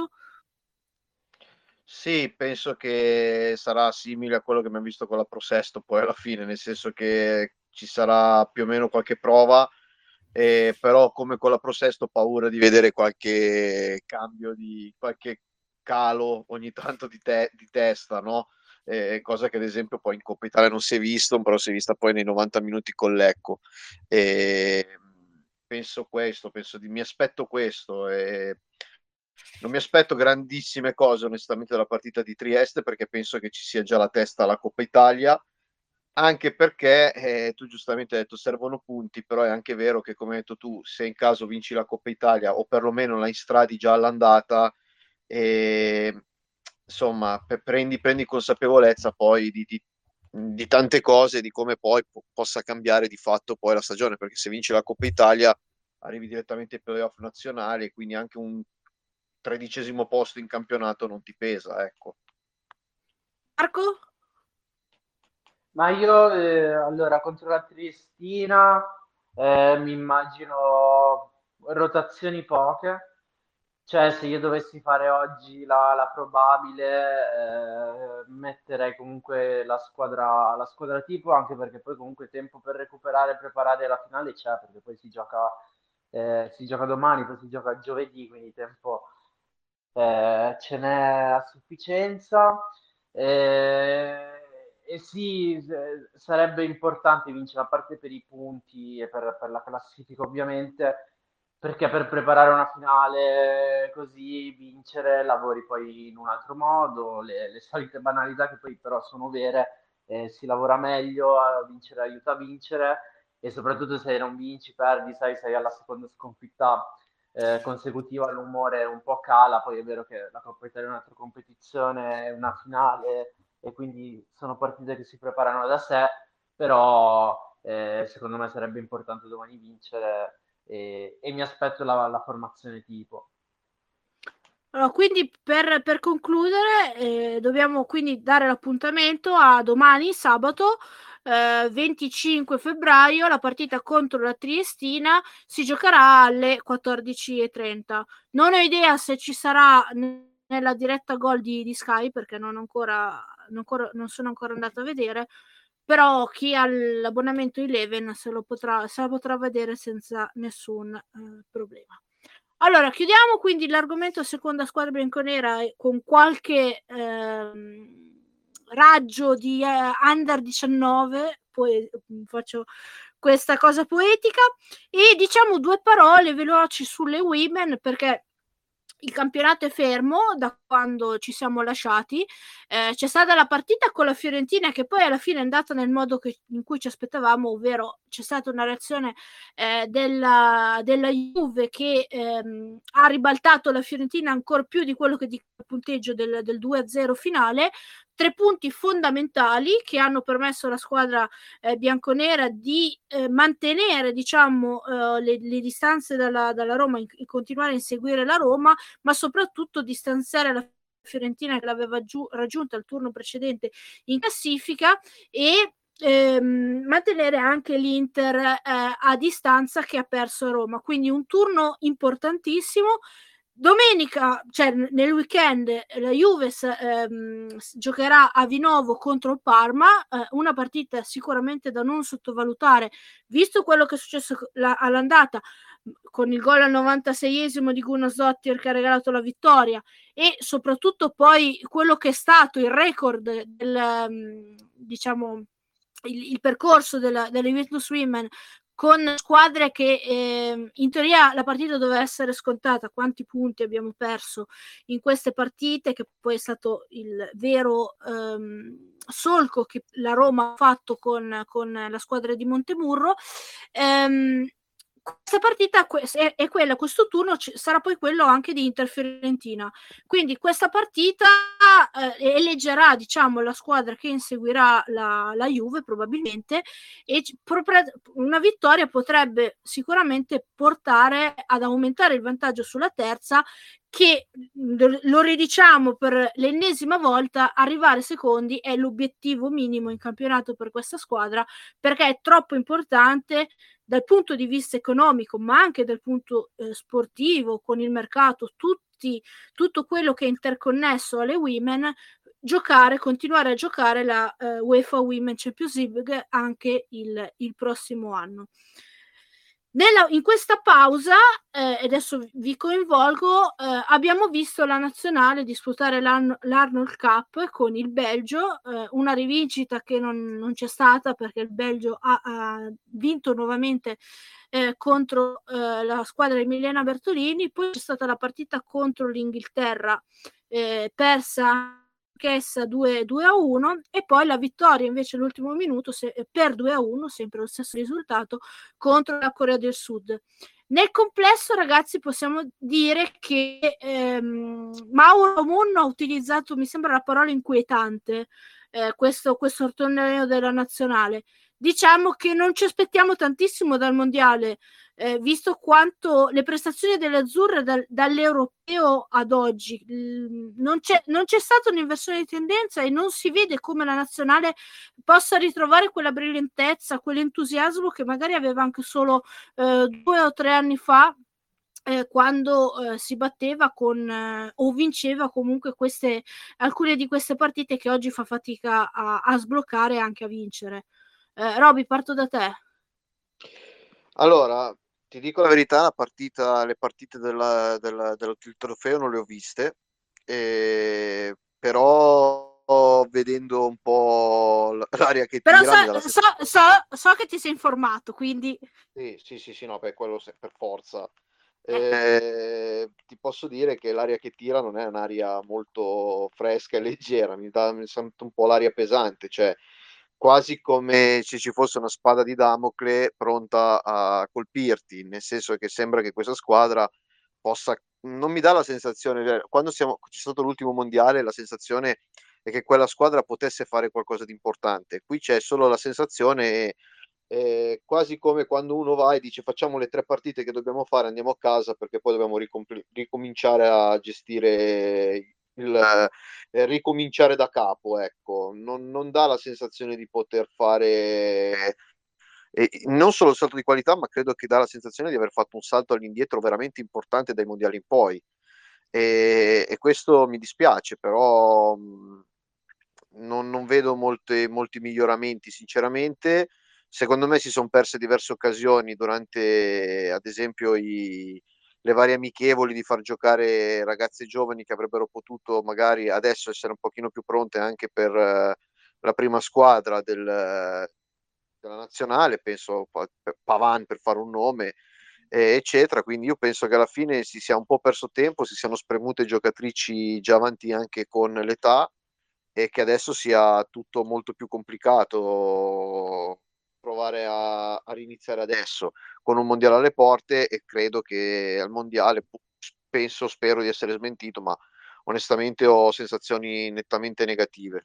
Sì, penso che sarà simile a quello che abbiamo visto con la Pro Sesto poi alla fine, nel senso che ci sarà più o meno qualche prova. Eh, però come con la Pro Sesto ho paura di vedere qualche cambio, di qualche calo ogni tanto di, te, di testa, no? Eh, cosa che ad esempio poi in Coppa Italia non si è visto, però si è vista poi nei novanta minuti con Lecco. Eh, penso questo, penso di, mi aspetto questo. Eh, non mi aspetto grandissime cose onestamente dalla partita di Trieste perché penso che ci sia già la testa alla Coppa Italia, anche perché eh, tu giustamente hai detto servono punti, però è anche vero che come hai detto tu, se in caso vinci la Coppa Italia o perlomeno la instradi già all'andata, eh, insomma prendi, prendi consapevolezza poi di, di, di tante cose, di come poi po- possa cambiare di fatto poi la stagione, perché se vinci la Coppa Italia arrivi direttamente ai playoff nazionali e quindi anche un tredicesimo posto in campionato non ti pesa, ecco. Marco? Ma io eh, allora contro la Triestina eh, mi immagino rotazioni poche, cioè se io dovessi fare oggi la, la probabile eh, metterei comunque la squadra, la squadra tipo, anche perché poi comunque tempo per recuperare e preparare la finale c'è, perché poi si gioca, eh, si gioca domani, poi si gioca giovedì, quindi tempo eh, ce n'è a sufficienza. Eh, e sì, s- sarebbe importante vincere a parte per i punti e per, per la classifica ovviamente, perché per preparare una finale così, vincere, lavori poi in un altro modo, le, le solite banalità che poi però sono vere, eh, si lavora meglio, a vincere aiuta a vincere e soprattutto se non vinci, perdi, sai, sei alla seconda sconfitta eh, consecutiva, l'umore un po' cala, poi è vero che la Coppa Italia è un'altra competizione, è una finale e quindi sono partite che si preparano da sé, però eh, secondo me sarebbe importante domani vincere e, e mi aspetto la, la formazione tipo. Allora, quindi per, per concludere, eh, dobbiamo quindi dare l'appuntamento a domani, sabato, eh, venticinque febbraio, la partita contro la Triestina si giocherà alle quattordici e trenta. Non ho idea se ci sarà nella diretta gol di, di Sky, perché non, ancora, non, ancora, non sono ancora andata a vedere, però chi ha l'abbonamento Eleven se lo potrà, se lo potrà vedere senza nessun eh, problema. Allora, chiudiamo quindi l'argomento seconda squadra bianconera con qualche ehm, raggio di eh, under diciannove, poi faccio questa cosa poetica, e diciamo due parole veloci sulle women, perché il campionato è fermo da quando ci siamo lasciati. Eh, c'è stata la partita con la Fiorentina che poi alla fine è andata nel modo che, in cui ci aspettavamo, ovvero c'è stata una reazione eh, della, della Juve che ehm, ha ribaltato la Fiorentina ancora più di quello che dice il punteggio del, del due a zero finale. Tre punti fondamentali che hanno permesso alla squadra eh, bianconera di eh, mantenere diciamo eh, le, le distanze dalla, dalla Roma e continuare a inseguire la Roma, ma soprattutto distanziare la Fiorentina che l'aveva giù, raggiunta al turno precedente in classifica e ehm, mantenere anche l'Inter eh, a distanza che ha perso a Roma, quindi un turno importantissimo. Domenica, cioè nel weekend, la Juve ehm, giocherà a Vinovo contro il Parma, eh, una partita sicuramente da non sottovalutare, visto quello che è successo la, all'andata, con il gol al novantaseiesimo di Gunnar Zottir che ha regalato la vittoria e soprattutto poi quello che è stato il record del, diciamo, il, il percorso della, della Juventus Women con squadre che eh, in teoria la partita doveva essere scontata. Quanti punti abbiamo perso in queste partite, che poi è stato il vero ehm, solco che la Roma ha fatto con, con la squadra di Montemurro. Ehm, questa partita è, è quella, questo turno c- sarà poi quello anche di Inter-Fiorentina, quindi questa partita eh, eleggerà, diciamo, la squadra che inseguirà la, la Juve probabilmente, e una vittoria potrebbe sicuramente portare ad aumentare il vantaggio sulla terza, che, lo ridiciamo per l'ennesima volta, arrivare secondi è l'obiettivo minimo in campionato per questa squadra, perché è troppo importante dal punto di vista economico, ma anche dal punto eh, sportivo, con il mercato, tutti, tutto quello che è interconnesso alle women, giocare, continuare a giocare la uh, UEFA Women Champions League anche il, il prossimo anno. Nella, in questa pausa, eh, adesso vi coinvolgo, eh, abbiamo visto la nazionale disputare l'Arn- l'Arnold Cup con il Belgio, eh, una rivincita che non, non c'è stata perché il Belgio ha, ha vinto nuovamente eh, contro eh, la squadra di Milena Bertolini. Poi c'è stata la partita contro l'Inghilterra, eh, persa anch'essa due a uno, e poi la vittoria invece all'ultimo minuto se, per due a uno, sempre lo stesso risultato, contro la Corea del Sud. Nel complesso, ragazzi, possiamo dire che ehm, Mauro Munno ha utilizzato, mi sembra, la parola inquietante, eh, questo, questo torneo della nazionale. Diciamo che non ci aspettiamo tantissimo dal mondiale, eh, visto quanto le prestazioni delle azzurre dal, dall'europeo ad oggi, non c'è, non c'è stata un'inversione di tendenza, e non si vede come la nazionale possa ritrovare quella brillantezza, quell'entusiasmo che magari aveva anche solo eh, due o tre anni fa, eh, quando eh, si batteva con eh, o vinceva comunque queste, alcune di queste partite che oggi fa fatica a, a sbloccare e anche a vincere. Eh, Roby, parto da te. Allora, ti dico la verità, la partita, le partite della, della, del trofeo non le ho viste, eh, però vedendo un po' l'aria che però tira, so, mi dà la so, so, so che ti sei informato, quindi sì, sì, sì, sì, no, per quello se- per forza. Eh, ti posso dire che l'aria che tira non è un'aria molto fresca e leggera, mi dà, mi sento un po' l'aria pesante, cioè quasi come se ci fosse una spada di Damocle pronta a colpirti, nel senso che sembra che questa squadra possa, non mi dà la sensazione, cioè, quando siamo, c'è stato l'ultimo mondiale, la sensazione è che quella squadra potesse fare qualcosa di importante. Qui c'è solo la sensazione, eh, quasi come quando uno va e dice facciamo le tre partite che dobbiamo fare, andiamo a casa perché poi dobbiamo ricompl- ricominciare a gestire il, eh, ricominciare da capo, ecco, non, non dà la sensazione di poter fare eh, non solo il salto di qualità, ma credo che dà la sensazione di aver fatto un salto all'indietro veramente importante dai mondiali in poi. E, e questo mi dispiace, però mh, non, non vedo molte, molti miglioramenti, sinceramente. Secondo me si sono perse diverse occasioni durante, ad esempio, i, le varie amichevoli, di far giocare ragazze giovani che avrebbero potuto magari adesso essere un pochino più pronte anche per eh, la prima squadra del, della nazionale, penso a Pavan per fare un nome, eh, eccetera. Quindi io penso che alla fine si sia un po' perso tempo, si siano spremute giocatrici già avanti anche con l'età, e che adesso sia tutto molto più complicato provare a, a riniziare adesso con un mondiale alle porte. E credo che al mondiale, penso, spero di essere smentito, ma onestamente ho sensazioni nettamente negative.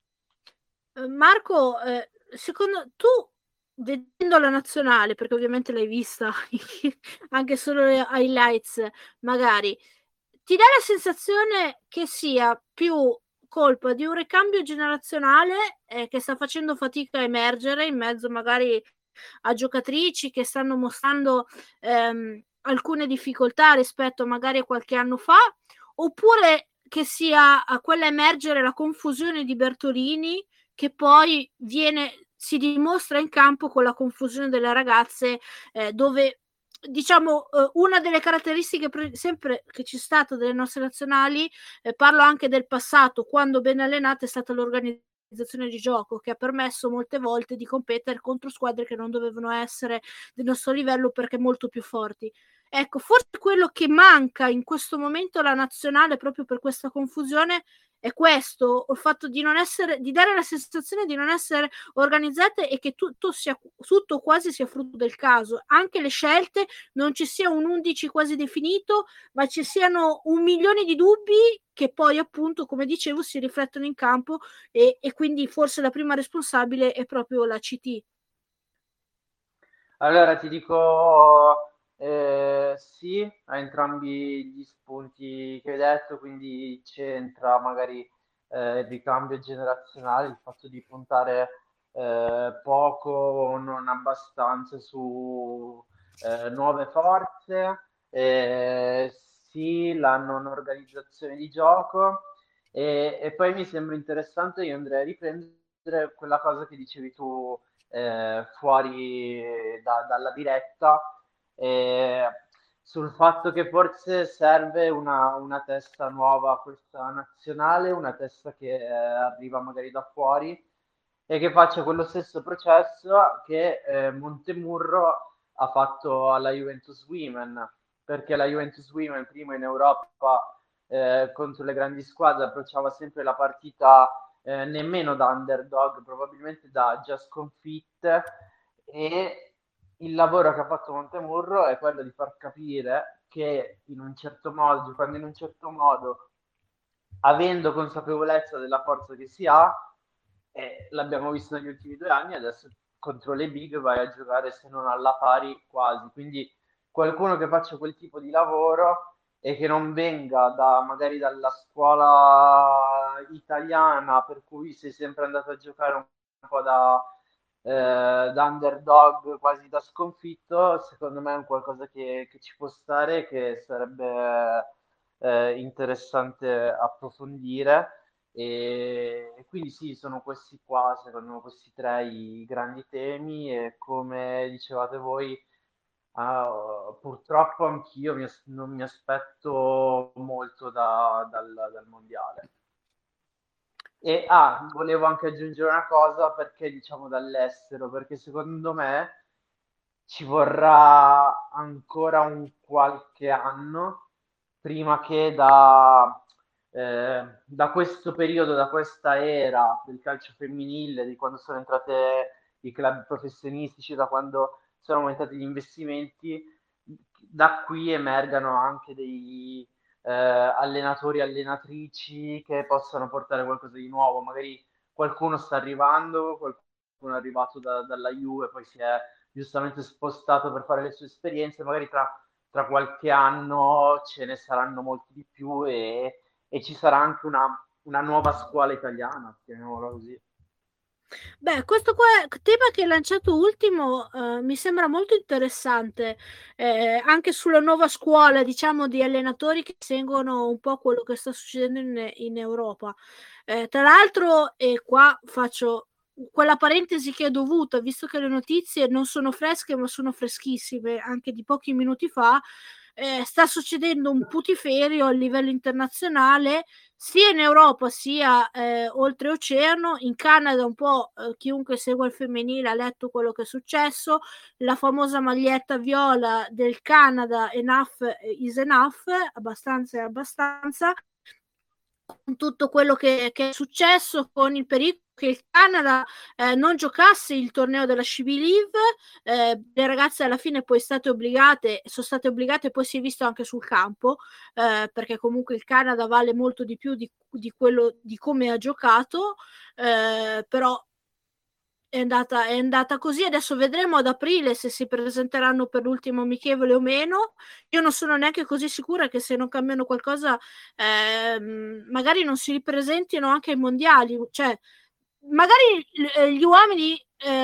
Marco, eh, secondo tu, vedendo la nazionale, perché ovviamente l'hai vista anche solo le highlights, magari ti dà la sensazione che sia più colpa di un ricambio generazionale eh, che sta facendo fatica a emergere in mezzo magari a giocatrici che stanno mostrando ehm, alcune difficoltà rispetto magari a qualche anno fa, oppure che sia a quella emergere la confusione di Bertolini, che poi viene, si dimostra in campo con la confusione delle ragazze, eh, dove diciamo eh, una delle caratteristiche pre- sempre che ci è stata delle nostre nazionali, eh, parlo anche del passato, quando ben allenata è stata l'organizzazione di gioco, che ha permesso molte volte di competere contro squadre che non dovevano essere del nostro livello perché molto più forti. Ecco, forse quello che manca in questo momento alla nazionale proprio per questa confusione è questo, il fatto di non essere, di dare la sensazione di non essere organizzate e che tutto sia tutto quasi sia frutto del caso. Anche le scelte non ci sia un undici quasi definito, ma ci siano un milione di dubbi che poi appunto, come dicevo, si riflettono in campo e, e quindi forse la prima responsabile è proprio la C T. Allora ti dico eh, sì a entrambi gli spunti che hai detto, quindi c'entra magari eh, il ricambio generazionale, il fatto di puntare eh, poco o non abbastanza su eh, nuove forze, eh, sì la non organizzazione di gioco e, e poi mi sembra interessante, io andrei a riprendere quella cosa che dicevi tu eh, fuori da- dalla diretta, eh, sul fatto che forse serve una, una testa nuova a questa nazionale, una testa che eh, arriva magari da fuori e che faccia quello stesso processo che eh, Montemurro ha fatto alla Juventus Women, perché la Juventus Women prima in Europa eh, contro le grandi squadre approcciava sempre la partita eh, nemmeno da underdog, probabilmente da già sconfitte, e il lavoro che ha fatto Montemurro è quello di far capire che in un certo modo, giocando in un certo modo, avendo consapevolezza della forza che si ha, eh, l'abbiamo visto negli ultimi due anni, adesso contro le big vai a giocare se non alla pari quasi, quindi qualcuno che faccia quel tipo di lavoro e che non venga da magari dalla scuola italiana per cui sei sempre andato a giocare un po' da, eh, da underdog, quasi da sconfitto, secondo me è un qualcosa che, che ci può stare, che sarebbe eh, interessante approfondire. E, e quindi sì, sono questi qua, secondo me, questi tre i grandi temi e come dicevate voi, ah, purtroppo anch'io mi as- non mi aspetto molto da- dal, dal mondiale. E ah, volevo anche aggiungere una cosa perché diciamo dall'estero, perché secondo me ci vorrà ancora un qualche anno prima che da, eh, da questo periodo, da questa era del calcio femminile, di quando sono entrate i club professionistici, da quando sono aumentati gli investimenti, da qui emergano anche dei eh, allenatori, allenatrici che possano portare qualcosa di nuovo. Magari qualcuno sta arrivando, qualcuno è arrivato da, dalla Juve, poi si è giustamente spostato per fare le sue esperienze, magari tra, tra qualche anno ce ne saranno molti di più e, e ci sarà anche una, una nuova scuola italiana, chiamiamola così. Beh, questo qua, tema che hai lanciato ultimo, eh, mi sembra molto interessante, eh, anche sulla nuova scuola, diciamo, di allenatori che seguono un po' quello che sta succedendo in, in Europa. Eh, tra l'altro, e qua faccio quella parentesi che è dovuta, visto che le notizie non sono fresche, ma sono freschissime, anche di pochi minuti fa, eh, sta succedendo un putiferio a livello internazionale sia in Europa sia eh, oltreoceano. In Canada un po' eh, chiunque segue il femminile ha letto quello che è successo, la famosa maglietta viola del Canada, enough is enough, abbastanza è abbastanza, con tutto quello che, che è successo, con il pericolo che il Canada eh, non giocasse il torneo della She Believe, eh, le ragazze alla fine poi state obbligate, sono state obbligate, poi si è visto anche sul campo, eh, perché comunque il Canada vale molto di più di, di quello di come ha giocato, eh, però è andata, è andata così. Adesso vedremo ad aprile se si presenteranno per l'ultimo amichevole o meno. Io non sono neanche così sicura che se non cambiano qualcosa ehm, magari non si ripresentino anche ai mondiali, cioè magari gli uomini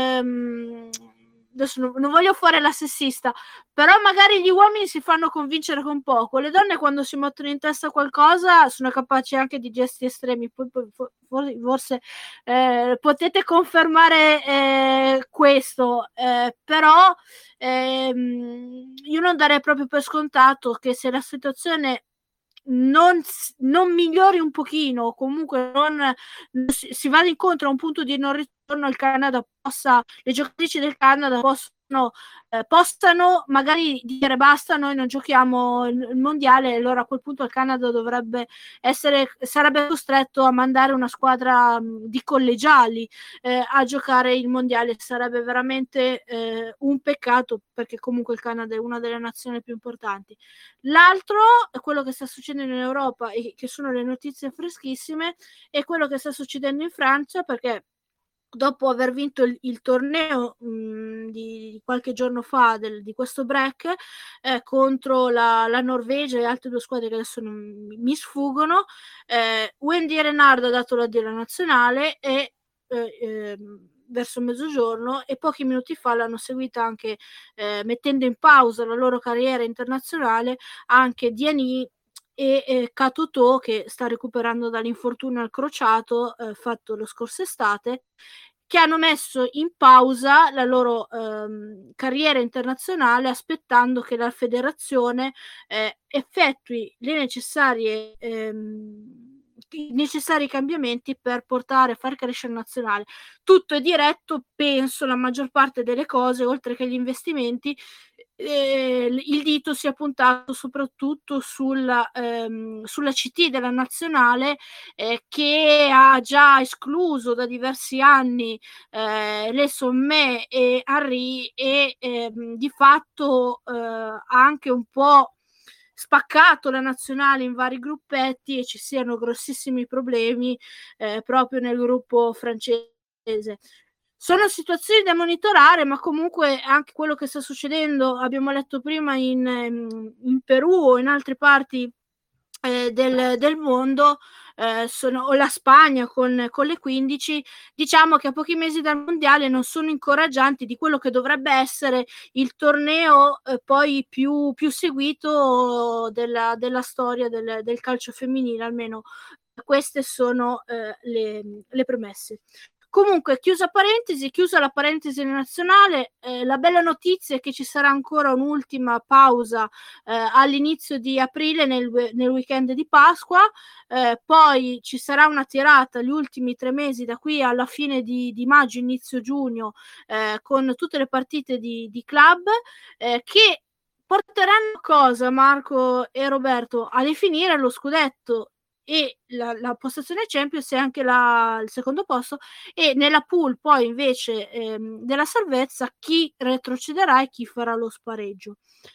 ehm, adesso non, non voglio fare la sessista, però magari gli uomini si fanno convincere con poco, le donne quando si mettono in testa qualcosa sono capaci anche di gesti estremi. Poi, poi forse eh, potete confermare eh, questo, eh, però ehm, io non darei proprio per scontato che se la situazione non, non migliori un pochino, comunque non si, si vada incontro a un punto di non ritorno, il Canada possa, le giocatrici del Canada possono, eh, possano magari dire basta, noi non giochiamo il, il mondiale, allora a quel punto il Canada dovrebbe essere, sarebbe costretto a mandare una squadra mh, di collegiali eh, a giocare il mondiale. Sarebbe veramente eh, un peccato, perché comunque il Canada è una delle nazioni più importanti. L'altro è quello che sta succedendo in Europa e che sono le notizie freschissime, è quello che sta succedendo in Francia, perché dopo aver vinto il, il torneo mh, di, di qualche giorno fa del, di questo break eh, contro la, la Norvegia e altre due squadre che adesso non mi sfuggono, eh, Wendy Renard ha dato l'addio alla nazionale e eh, eh, verso mezzogiorno, e pochi minuti fa l'hanno seguita anche eh, mettendo in pausa la loro carriera internazionale anche Diani e eh, Katoto, che sta recuperando dall'infortunio al crociato eh, fatto lo scorso estate, che hanno messo in pausa la loro ehm, carriera internazionale aspettando che la federazione eh, effettui le necessarie ehm, i necessari cambiamenti per portare a far crescere il nazionale. Tutto è diretto, penso, la maggior parte delle cose, oltre che gli investimenti, eh, il dito si è puntato soprattutto sulla, ehm, sulla C T della nazionale eh, che ha già escluso da diversi anni eh, le Somme e Henry e ehm, di fatto eh, ha anche un po' spaccato la nazionale in vari gruppetti e ci siano grossissimi problemi eh, proprio nel gruppo francese. Sono situazioni da monitorare, ma comunque anche quello che sta succedendo, abbiamo letto prima in, in Perù o in altre parti eh, del, del mondo, eh, sono, o la Spagna con, con le quindici, diciamo che a pochi mesi dal mondiale non sono incoraggianti di quello che dovrebbe essere il torneo eh, poi più, più seguito della, della storia del, del calcio femminile, almeno queste sono eh, le, le premesse. Comunque, chiusa parentesi, chiusa la parentesi nazionale, eh, la bella notizia è che ci sarà ancora un'ultima pausa eh, all'inizio di aprile nel, nel weekend di Pasqua, eh, poi ci sarà una tirata gli ultimi tre mesi da qui alla fine di, di maggio, inizio giugno, eh, con tutte le partite di, di club eh, che porteranno cosa, Marco e Roberto, a definire lo scudetto e la, la postazione Champions e anche la, il secondo posto, e nella pool poi invece ehm, della salvezza chi retrocederà e chi farà lo spareggio.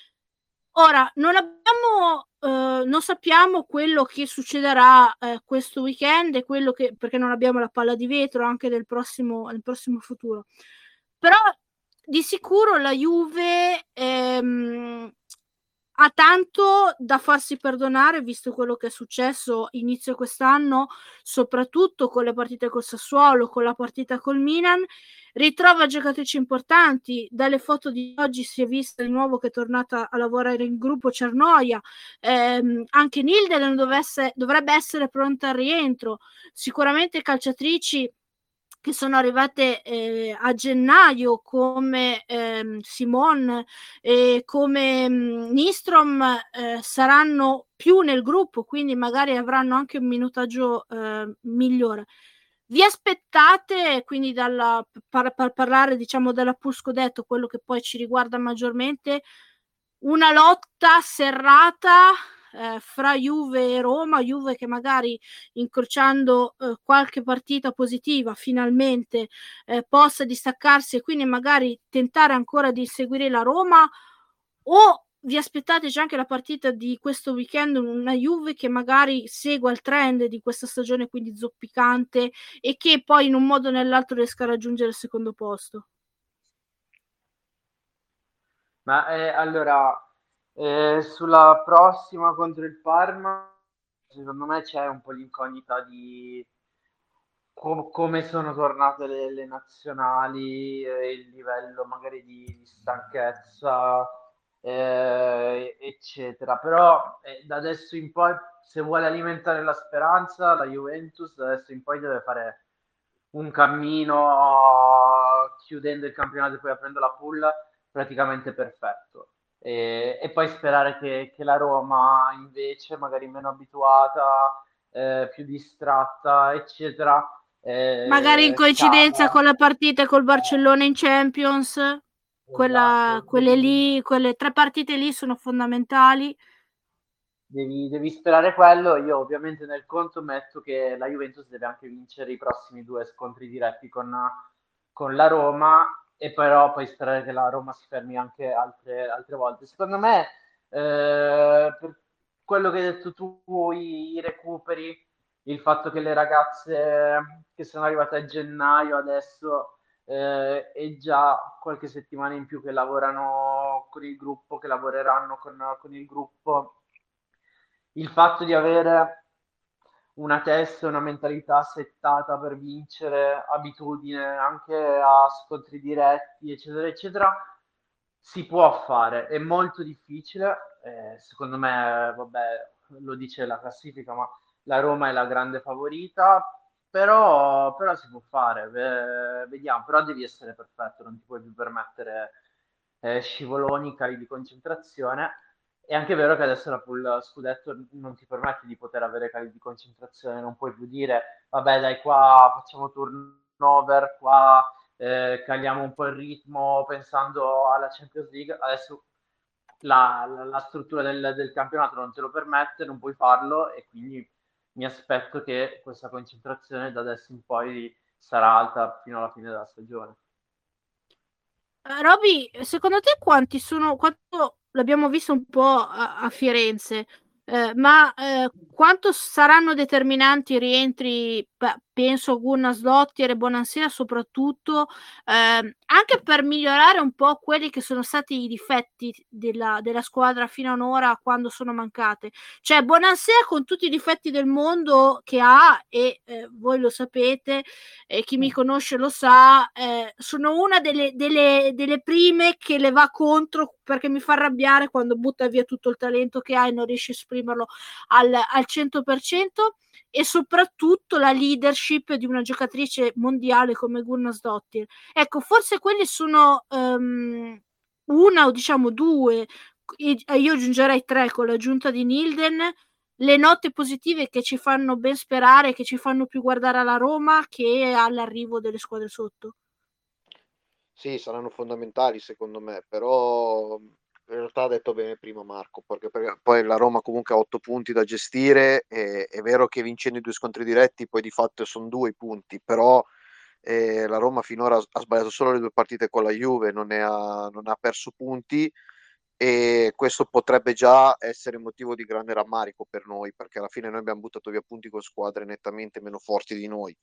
Ora non abbiamo eh, non sappiamo quello che succederà eh, questo weekend e quello che, perché non abbiamo la palla di vetro anche del prossimo, nel prossimo futuro, però di sicuro la Juve ehm, ha tanto da farsi perdonare, visto quello che è successo inizio quest'anno, soprattutto con le partite col Sassuolo, con la partita col Milan. Ritrova giocatrici importanti, dalle foto di oggi si è vista di nuovo che è tornata a lavorare in gruppo Cernoia, ehm, anche Nilde dovesse, dovrebbe essere pronta al rientro, sicuramente calciatrici che sono arrivate eh, a gennaio come ehm, Simon e come mh, Nistrom eh, saranno più nel gruppo, quindi magari avranno anche un minutaggio eh, migliore. Vi aspettate, quindi dalla, per, per parlare diciamo della pool scudetto, quello che poi ci riguarda maggiormente, una lotta serrata eh, fra Juve e Roma, Juve che magari incrociando eh, qualche partita positiva finalmente eh, possa distaccarsi e quindi magari tentare ancora di seguire la Roma, o vi aspettate già anche la partita di questo weekend, una Juve che magari segua il trend di questa stagione, quindi zoppicante, e che poi in un modo o nell'altro riesca a raggiungere il secondo posto? Ma eh, allora, eh, sulla prossima contro il Parma, secondo me c'è un po' l'incognita di com- come sono tornate le, le nazionali, eh, il livello magari di, di stanchezza, eh, eccetera. Però eh, da adesso in poi, se vuole alimentare la speranza, la Juventus da adesso in poi deve fare un cammino chiudendo il campionato e poi aprendo la pool praticamente perfetto. e, e poi sperare che, che la Roma invece, magari meno abituata, eh, più distratta, eccetera, Magari in eh, coincidenza cada. con la partita col Eh, Barcellona in Champions, quella, esatto, quelle devi, lì, quelle tre partite lì sono fondamentali. devi, devi sperare quello. Io ovviamente nel conto metto che la Juventus deve anche vincere i prossimi due scontri diretti con, con la Roma, e però poi sperare che la Roma si fermi anche altre, altre volte. Secondo me, eh, per quello che hai detto tu, i, i recuperi, il fatto che le ragazze che sono arrivate a gennaio adesso eh, e già qualche settimana in più che lavorano con il gruppo, che lavoreranno con, con il gruppo, il fatto di avere una testa, una mentalità settata per vincere, abitudine anche a scontri diretti, eccetera, eccetera, si può fare. È molto difficile, eh, secondo me, vabbè, lo dice la classifica, ma la Roma è la grande favorita, però, però si può fare, eh, vediamo, però devi essere perfetto, non ti puoi più permettere eh, scivoloni, cali di concentrazione. È anche vero che adesso la pool scudetto non ti permette di poter avere cali di concentrazione, non puoi più dire vabbè dai qua facciamo turnover, qua eh, caliamo un po' il ritmo pensando alla Champions League. Adesso la, la, la struttura del, del campionato non te lo permette, non puoi farlo, e quindi mi aspetto che questa concentrazione da adesso in poi sarà alta fino alla fine della stagione. Uh, Roby, secondo te quanti sono, quanto l'abbiamo visto un po' a, a Firenze, eh, ma eh, quanto saranno determinanti i rientri, beh, penso Gunnarsdottir e Bonansera soprattutto, eh, anche per migliorare un po' quelli che sono stati i difetti della, della squadra fino ad ora quando sono mancate. Cioè Bonansera con tutti i difetti del mondo che ha, e eh, voi lo sapete, e chi mi conosce lo sa, eh, sono una delle, delle, delle prime che le va contro perché mi fa arrabbiare quando butta via tutto il talento che ha e non riesce a esprimerlo al, al cento per cento, e soprattutto la leadership di una giocatrice mondiale come Gunnarsdottir. Ecco, forse quelli sono um, una o diciamo due, io aggiungerei tre con l'aggiunta di Nilden, le note positive che ci fanno ben sperare, che ci fanno più guardare alla Roma che all'arrivo delle squadre sotto. Sì, saranno fondamentali secondo me, però in realtà ha detto bene prima Marco, perché, perché poi la Roma comunque ha otto punti da gestire, e è vero che vincendo i due scontri diretti poi di fatto sono due i punti, però eh, la Roma finora ha sbagliato solo le due partite con la Juve, non, ne ha, non ha perso punti, e questo potrebbe già essere motivo di grande rammarico per noi, perché alla fine noi abbiamo buttato via punti con squadre nettamente meno forti di noi.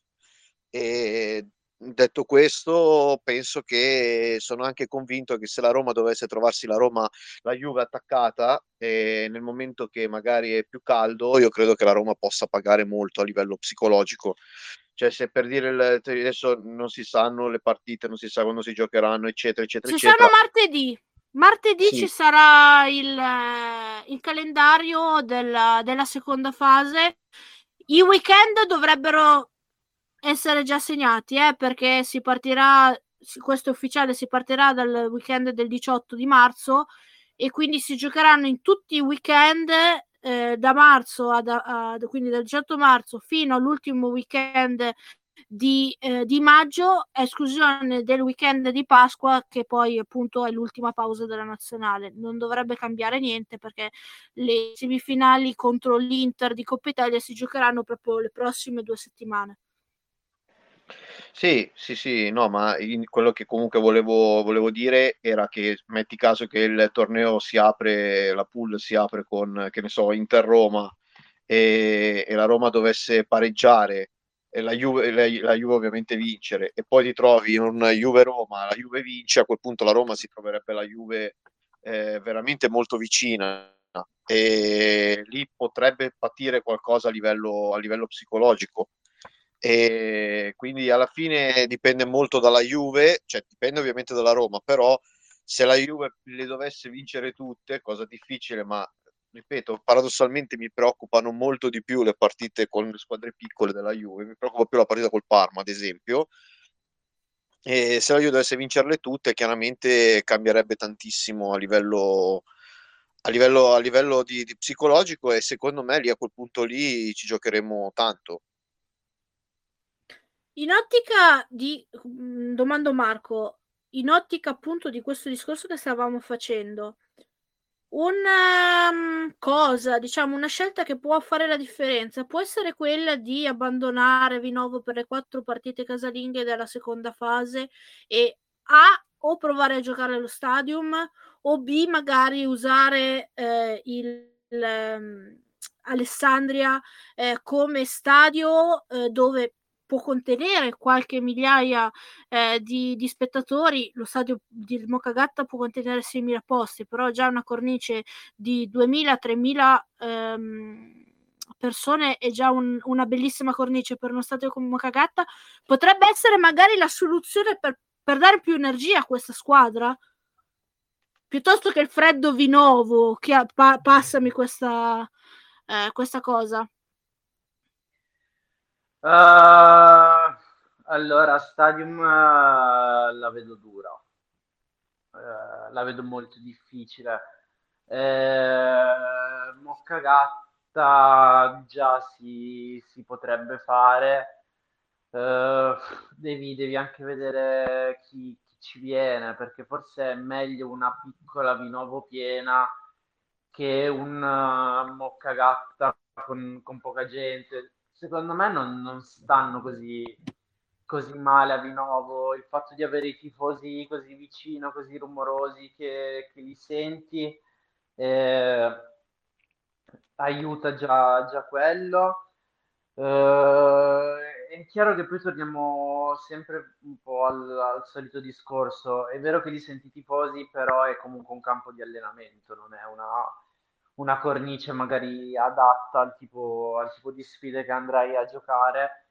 E detto questo, penso che sono anche convinto che se la Roma dovesse trovarsi la Roma, la Juve attaccata, e nel momento che magari è più caldo, io credo che la Roma possa pagare molto a livello psicologico. Cioè, se per dire il, adesso non si sanno le partite, non si sa quando si giocheranno, eccetera, eccetera, Si sanno eccetera. martedì. Martedì ci Sì, sarà il, il calendario della, della seconda fase. I weekend dovrebbero essere già segnati, eh, perché si partirà, questo è ufficiale, si partirà dal weekend del diciotto di marzo, e quindi si giocheranno in tutti i weekend eh, da marzo ad, ad, quindi dal diciotto marzo fino all'ultimo weekend di, eh, di maggio, a esclusione del weekend di Pasqua, che poi appunto è l'ultima pausa della nazionale. Non dovrebbe cambiare niente perché le semifinali contro l'Inter di Coppa Italia si giocheranno proprio le prossime due settimane. sì, sì, sì, no, ma in- quello che comunque volevo, volevo dire era che metti caso che il torneo si apre, la pool si apre con, che ne so, Inter-Roma, e, e la Roma dovesse pareggiare, e la Juve, la, la Juve ovviamente vincere, e poi ti trovi in un Juve-Roma, la Juve vince, a quel punto la Roma si troverebbe la Juve eh, veramente molto vicina, e lì potrebbe patire qualcosa a livello, a livello psicologico, e quindi alla fine dipende molto dalla Juve, cioè dipende ovviamente dalla Roma, però se la Juve le dovesse vincere tutte, cosa difficile, ma ripeto, paradossalmente mi preoccupano molto di più le partite con le squadre piccole della Juve, mi preoccupa più la partita col Parma, ad esempio, e se la Juve dovesse vincerle tutte, chiaramente cambierebbe tantissimo a livello a livello, a livello di, di psicologico, e secondo me lì a quel punto lì ci giocheremo tanto. In ottica di, mh, domando Marco, in ottica appunto di questo discorso che stavamo facendo, una um, cosa, diciamo, una scelta che può fare la differenza può essere quella di abbandonare Vinovo per le quattro partite casalinghe della seconda fase e A, o provare a giocare allo Stadium, o B, magari usare eh, il, il um, Alessandria eh, come stadio eh, dove può contenere qualche migliaia eh, di, di spettatori. Lo stadio di Mokagatta può contenere seimila posti, però già una cornice di duemila tremila ehm, persone è già un, una bellissima cornice per uno stadio come Mokagatta. Potrebbe essere magari la soluzione per, per dare più energia a questa squadra, piuttosto che il freddo Vinovo, che ha, pa, passami questa, eh, questa cosa. Uh, allora, Stadium uh, la vedo dura, uh, la vedo molto difficile. Uh, Mokagatta già si, si potrebbe fare, uh, devi, devi anche vedere chi, chi ci viene, perché forse è meglio una piccola Vinovo piena che un uh, Mokagatta con, con poca gente. Secondo me non, non stanno così, così male a Vinovo. Il fatto di avere i tifosi così vicino, così rumorosi che, che li senti, eh, aiuta già, già quello. Uh, è chiaro che poi torniamo sempre un po' al, al solito discorso. È vero che li senti tifosi, però è comunque un campo di allenamento, non è una, una cornice magari adatta al tipo, al tipo di sfide che andrai a giocare.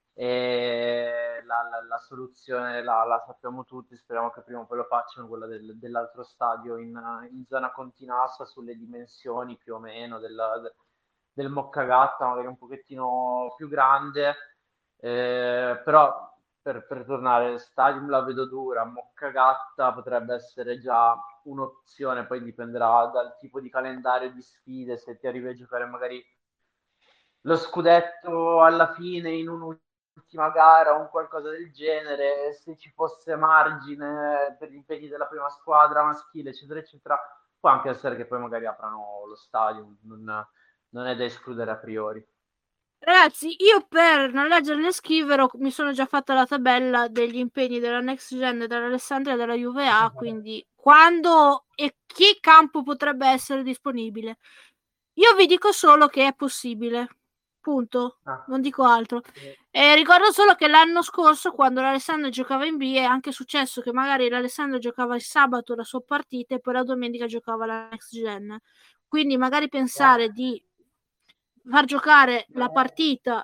E la, la, la soluzione la, la sappiamo tutti, speriamo che prima o poi lo facciano, quella del, dell'altro stadio in, in zona Continassa, sulle dimensioni più o meno del, del Moccagatta, magari un pochettino più grande, eh, però per, per tornare, Stadium la vedo dura, Moccagatta potrebbe essere già un'opzione, poi dipenderà dal tipo di calendario di sfide, se ti arrivi a giocare magari lo scudetto alla fine in un'ultima gara o un qualcosa del genere, se ci fosse margine per gli impegni della prima squadra maschile, eccetera, eccetera, può anche essere che poi magari aprano lo stadio, non, non è da escludere a priori. Ragazzi, io per non leggere né scrivere mi sono già fatta la tabella degli impegni della Next Gen dell'Alessandria e della Juve A, quindi quando e che campo potrebbe essere disponibile. Io vi dico solo che è possibile, punto, Ah. non dico altro. E ricordo solo che l'anno scorso, quando l'Alessandria giocava in B, è anche successo che magari l'Alessandria giocava il sabato la sua partita e poi la domenica giocava la Next Gen. Quindi magari pensare Yeah. di far giocare la partita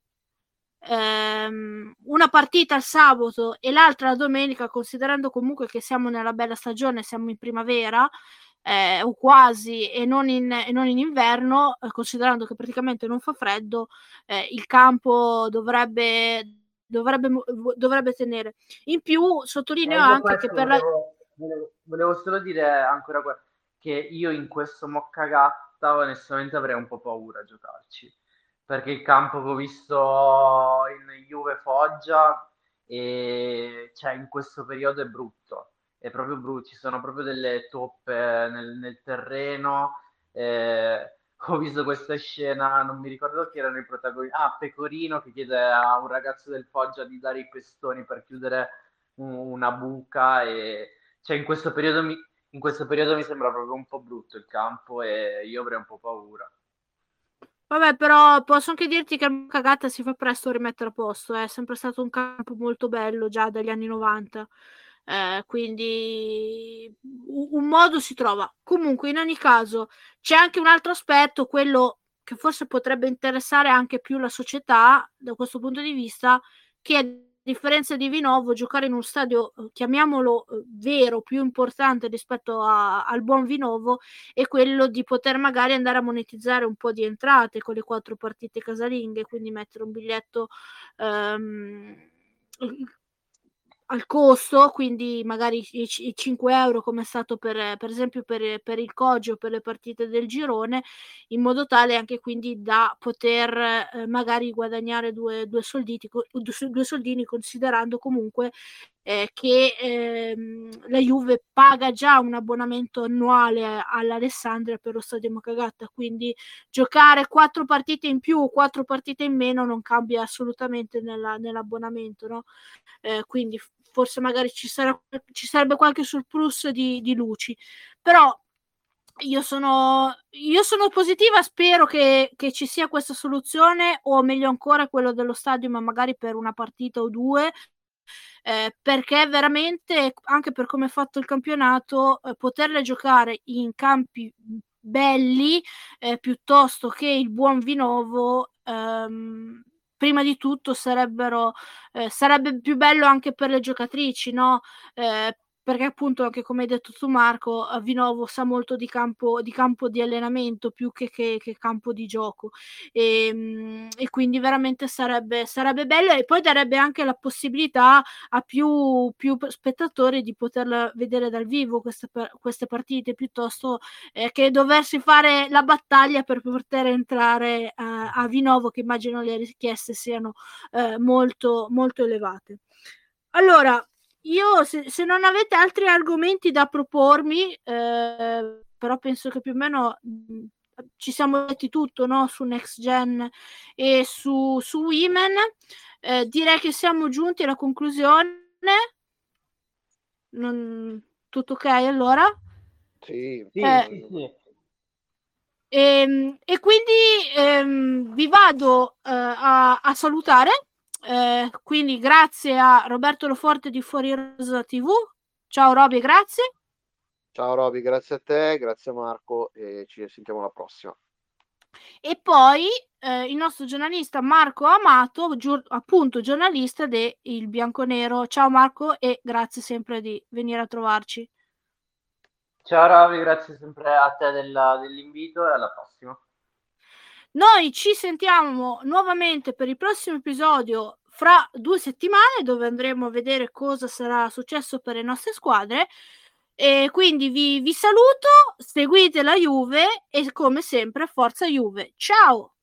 ehm, una partita il sabato e l'altra la domenica, considerando comunque che siamo nella bella stagione, siamo in primavera eh, o quasi, e non in, e non in inverno, eh, considerando che praticamente non fa freddo, eh, il campo dovrebbe dovrebbe dovrebbe tenere. In più sottolineo Eh, anche che per volevo, la volevo, volevo solo dire ancora que- che io in questo Moccagatta onestamente avrei un po' paura a giocarci, perché il campo che ho visto in Juve Foggia e cioè in questo periodo è brutto, è proprio brutto, ci sono proprio delle toppe nel, nel terreno. eh, Ho visto questa scena, non mi ricordo chi erano i protagonisti, ah, Pecorino che chiede a un ragazzo del Foggia di dare i pestoni per chiudere una buca, e cioè in questo periodo mi, in questo periodo mi sembra proprio un po' brutto il campo e io avrei un po' paura. Vabbè, però posso anche dirti che il Cagata si fa presto a rimettere a posto, è sempre stato un campo molto bello già dagli anni novanta, eh, quindi un modo si trova. Comunque, in ogni caso, c'è anche un altro aspetto, quello che forse potrebbe interessare anche più la società da questo punto di vista, che a differenza di Vinovo, giocare in uno stadio, chiamiamolo vero, più importante rispetto a, al buon Vinovo, è quello di poter magari andare a monetizzare un po' di entrate con le quattro partite casalinghe, quindi mettere un biglietto um, al costo, quindi magari i, i cinque euro come è stato per, per esempio per, per il Coggio, per le partite del girone, in modo tale anche quindi da poter eh, magari guadagnare due, due, soldini, due soldini, considerando comunque eh, che ehm, la Juve paga già un abbonamento annuale all'Alessandria per lo Stadio Mocagata, quindi giocare quattro partite in più o quattro partite in meno non cambia assolutamente nella, nell'abbonamento, no? Eh, quindi forse magari ci, sarà, ci sarebbe qualche surplus di, di luci, però io sono, io sono positiva, spero che, che ci sia questa soluzione, o meglio ancora quello dello stadio, ma magari per una partita o due, eh, perché veramente, anche per come è fatto il campionato, eh, poterle giocare in campi belli eh, piuttosto che il buon Vinovo, ehm, prima di tutto sarebbero eh, sarebbe più bello anche per le giocatrici, no? Eh, perché appunto, anche come hai detto tu Marco, Vinovo sa molto di campo di, campo di allenamento più che, che, che campo di gioco, e, e quindi veramente sarebbe, sarebbe bello, e poi darebbe anche la possibilità a più, più spettatori di poterla vedere dal vivo queste, queste partite, piuttosto eh, che doversi fare la battaglia per poter entrare a, a Vinovo, che immagino le richieste siano eh, molto, molto elevate. Allora, io se, se non avete altri argomenti da propormi, eh, però penso che più o meno mh, ci siamo detti tutto, no? Su Next Gen e su, su Women, eh, direi che siamo giunti alla conclusione. Non... Tutto ok allora? Sì, Sì, eh, sì, sì. E, e quindi ehm, vi vado eh, a, a salutare. Eh, quindi grazie a Roberto Loforte di Fuori Rosa tivù. Ciao Roby, grazie. Ciao Roby, grazie a te, grazie Marco, e ci sentiamo alla prossima. E poi eh, il nostro giornalista Marco Amato, giur- appunto giornalista del Bianconero. Ciao Marco, e grazie sempre di venire a trovarci. Ciao Ravi, grazie sempre a te della, dell'invito, e alla prossima. Noi ci sentiamo nuovamente per il prossimo episodio fra due settimane, dove andremo a vedere cosa sarà successo per le nostre squadre. E quindi vi, vi saluto, seguite la Juve e come sempre forza Juve. Ciao!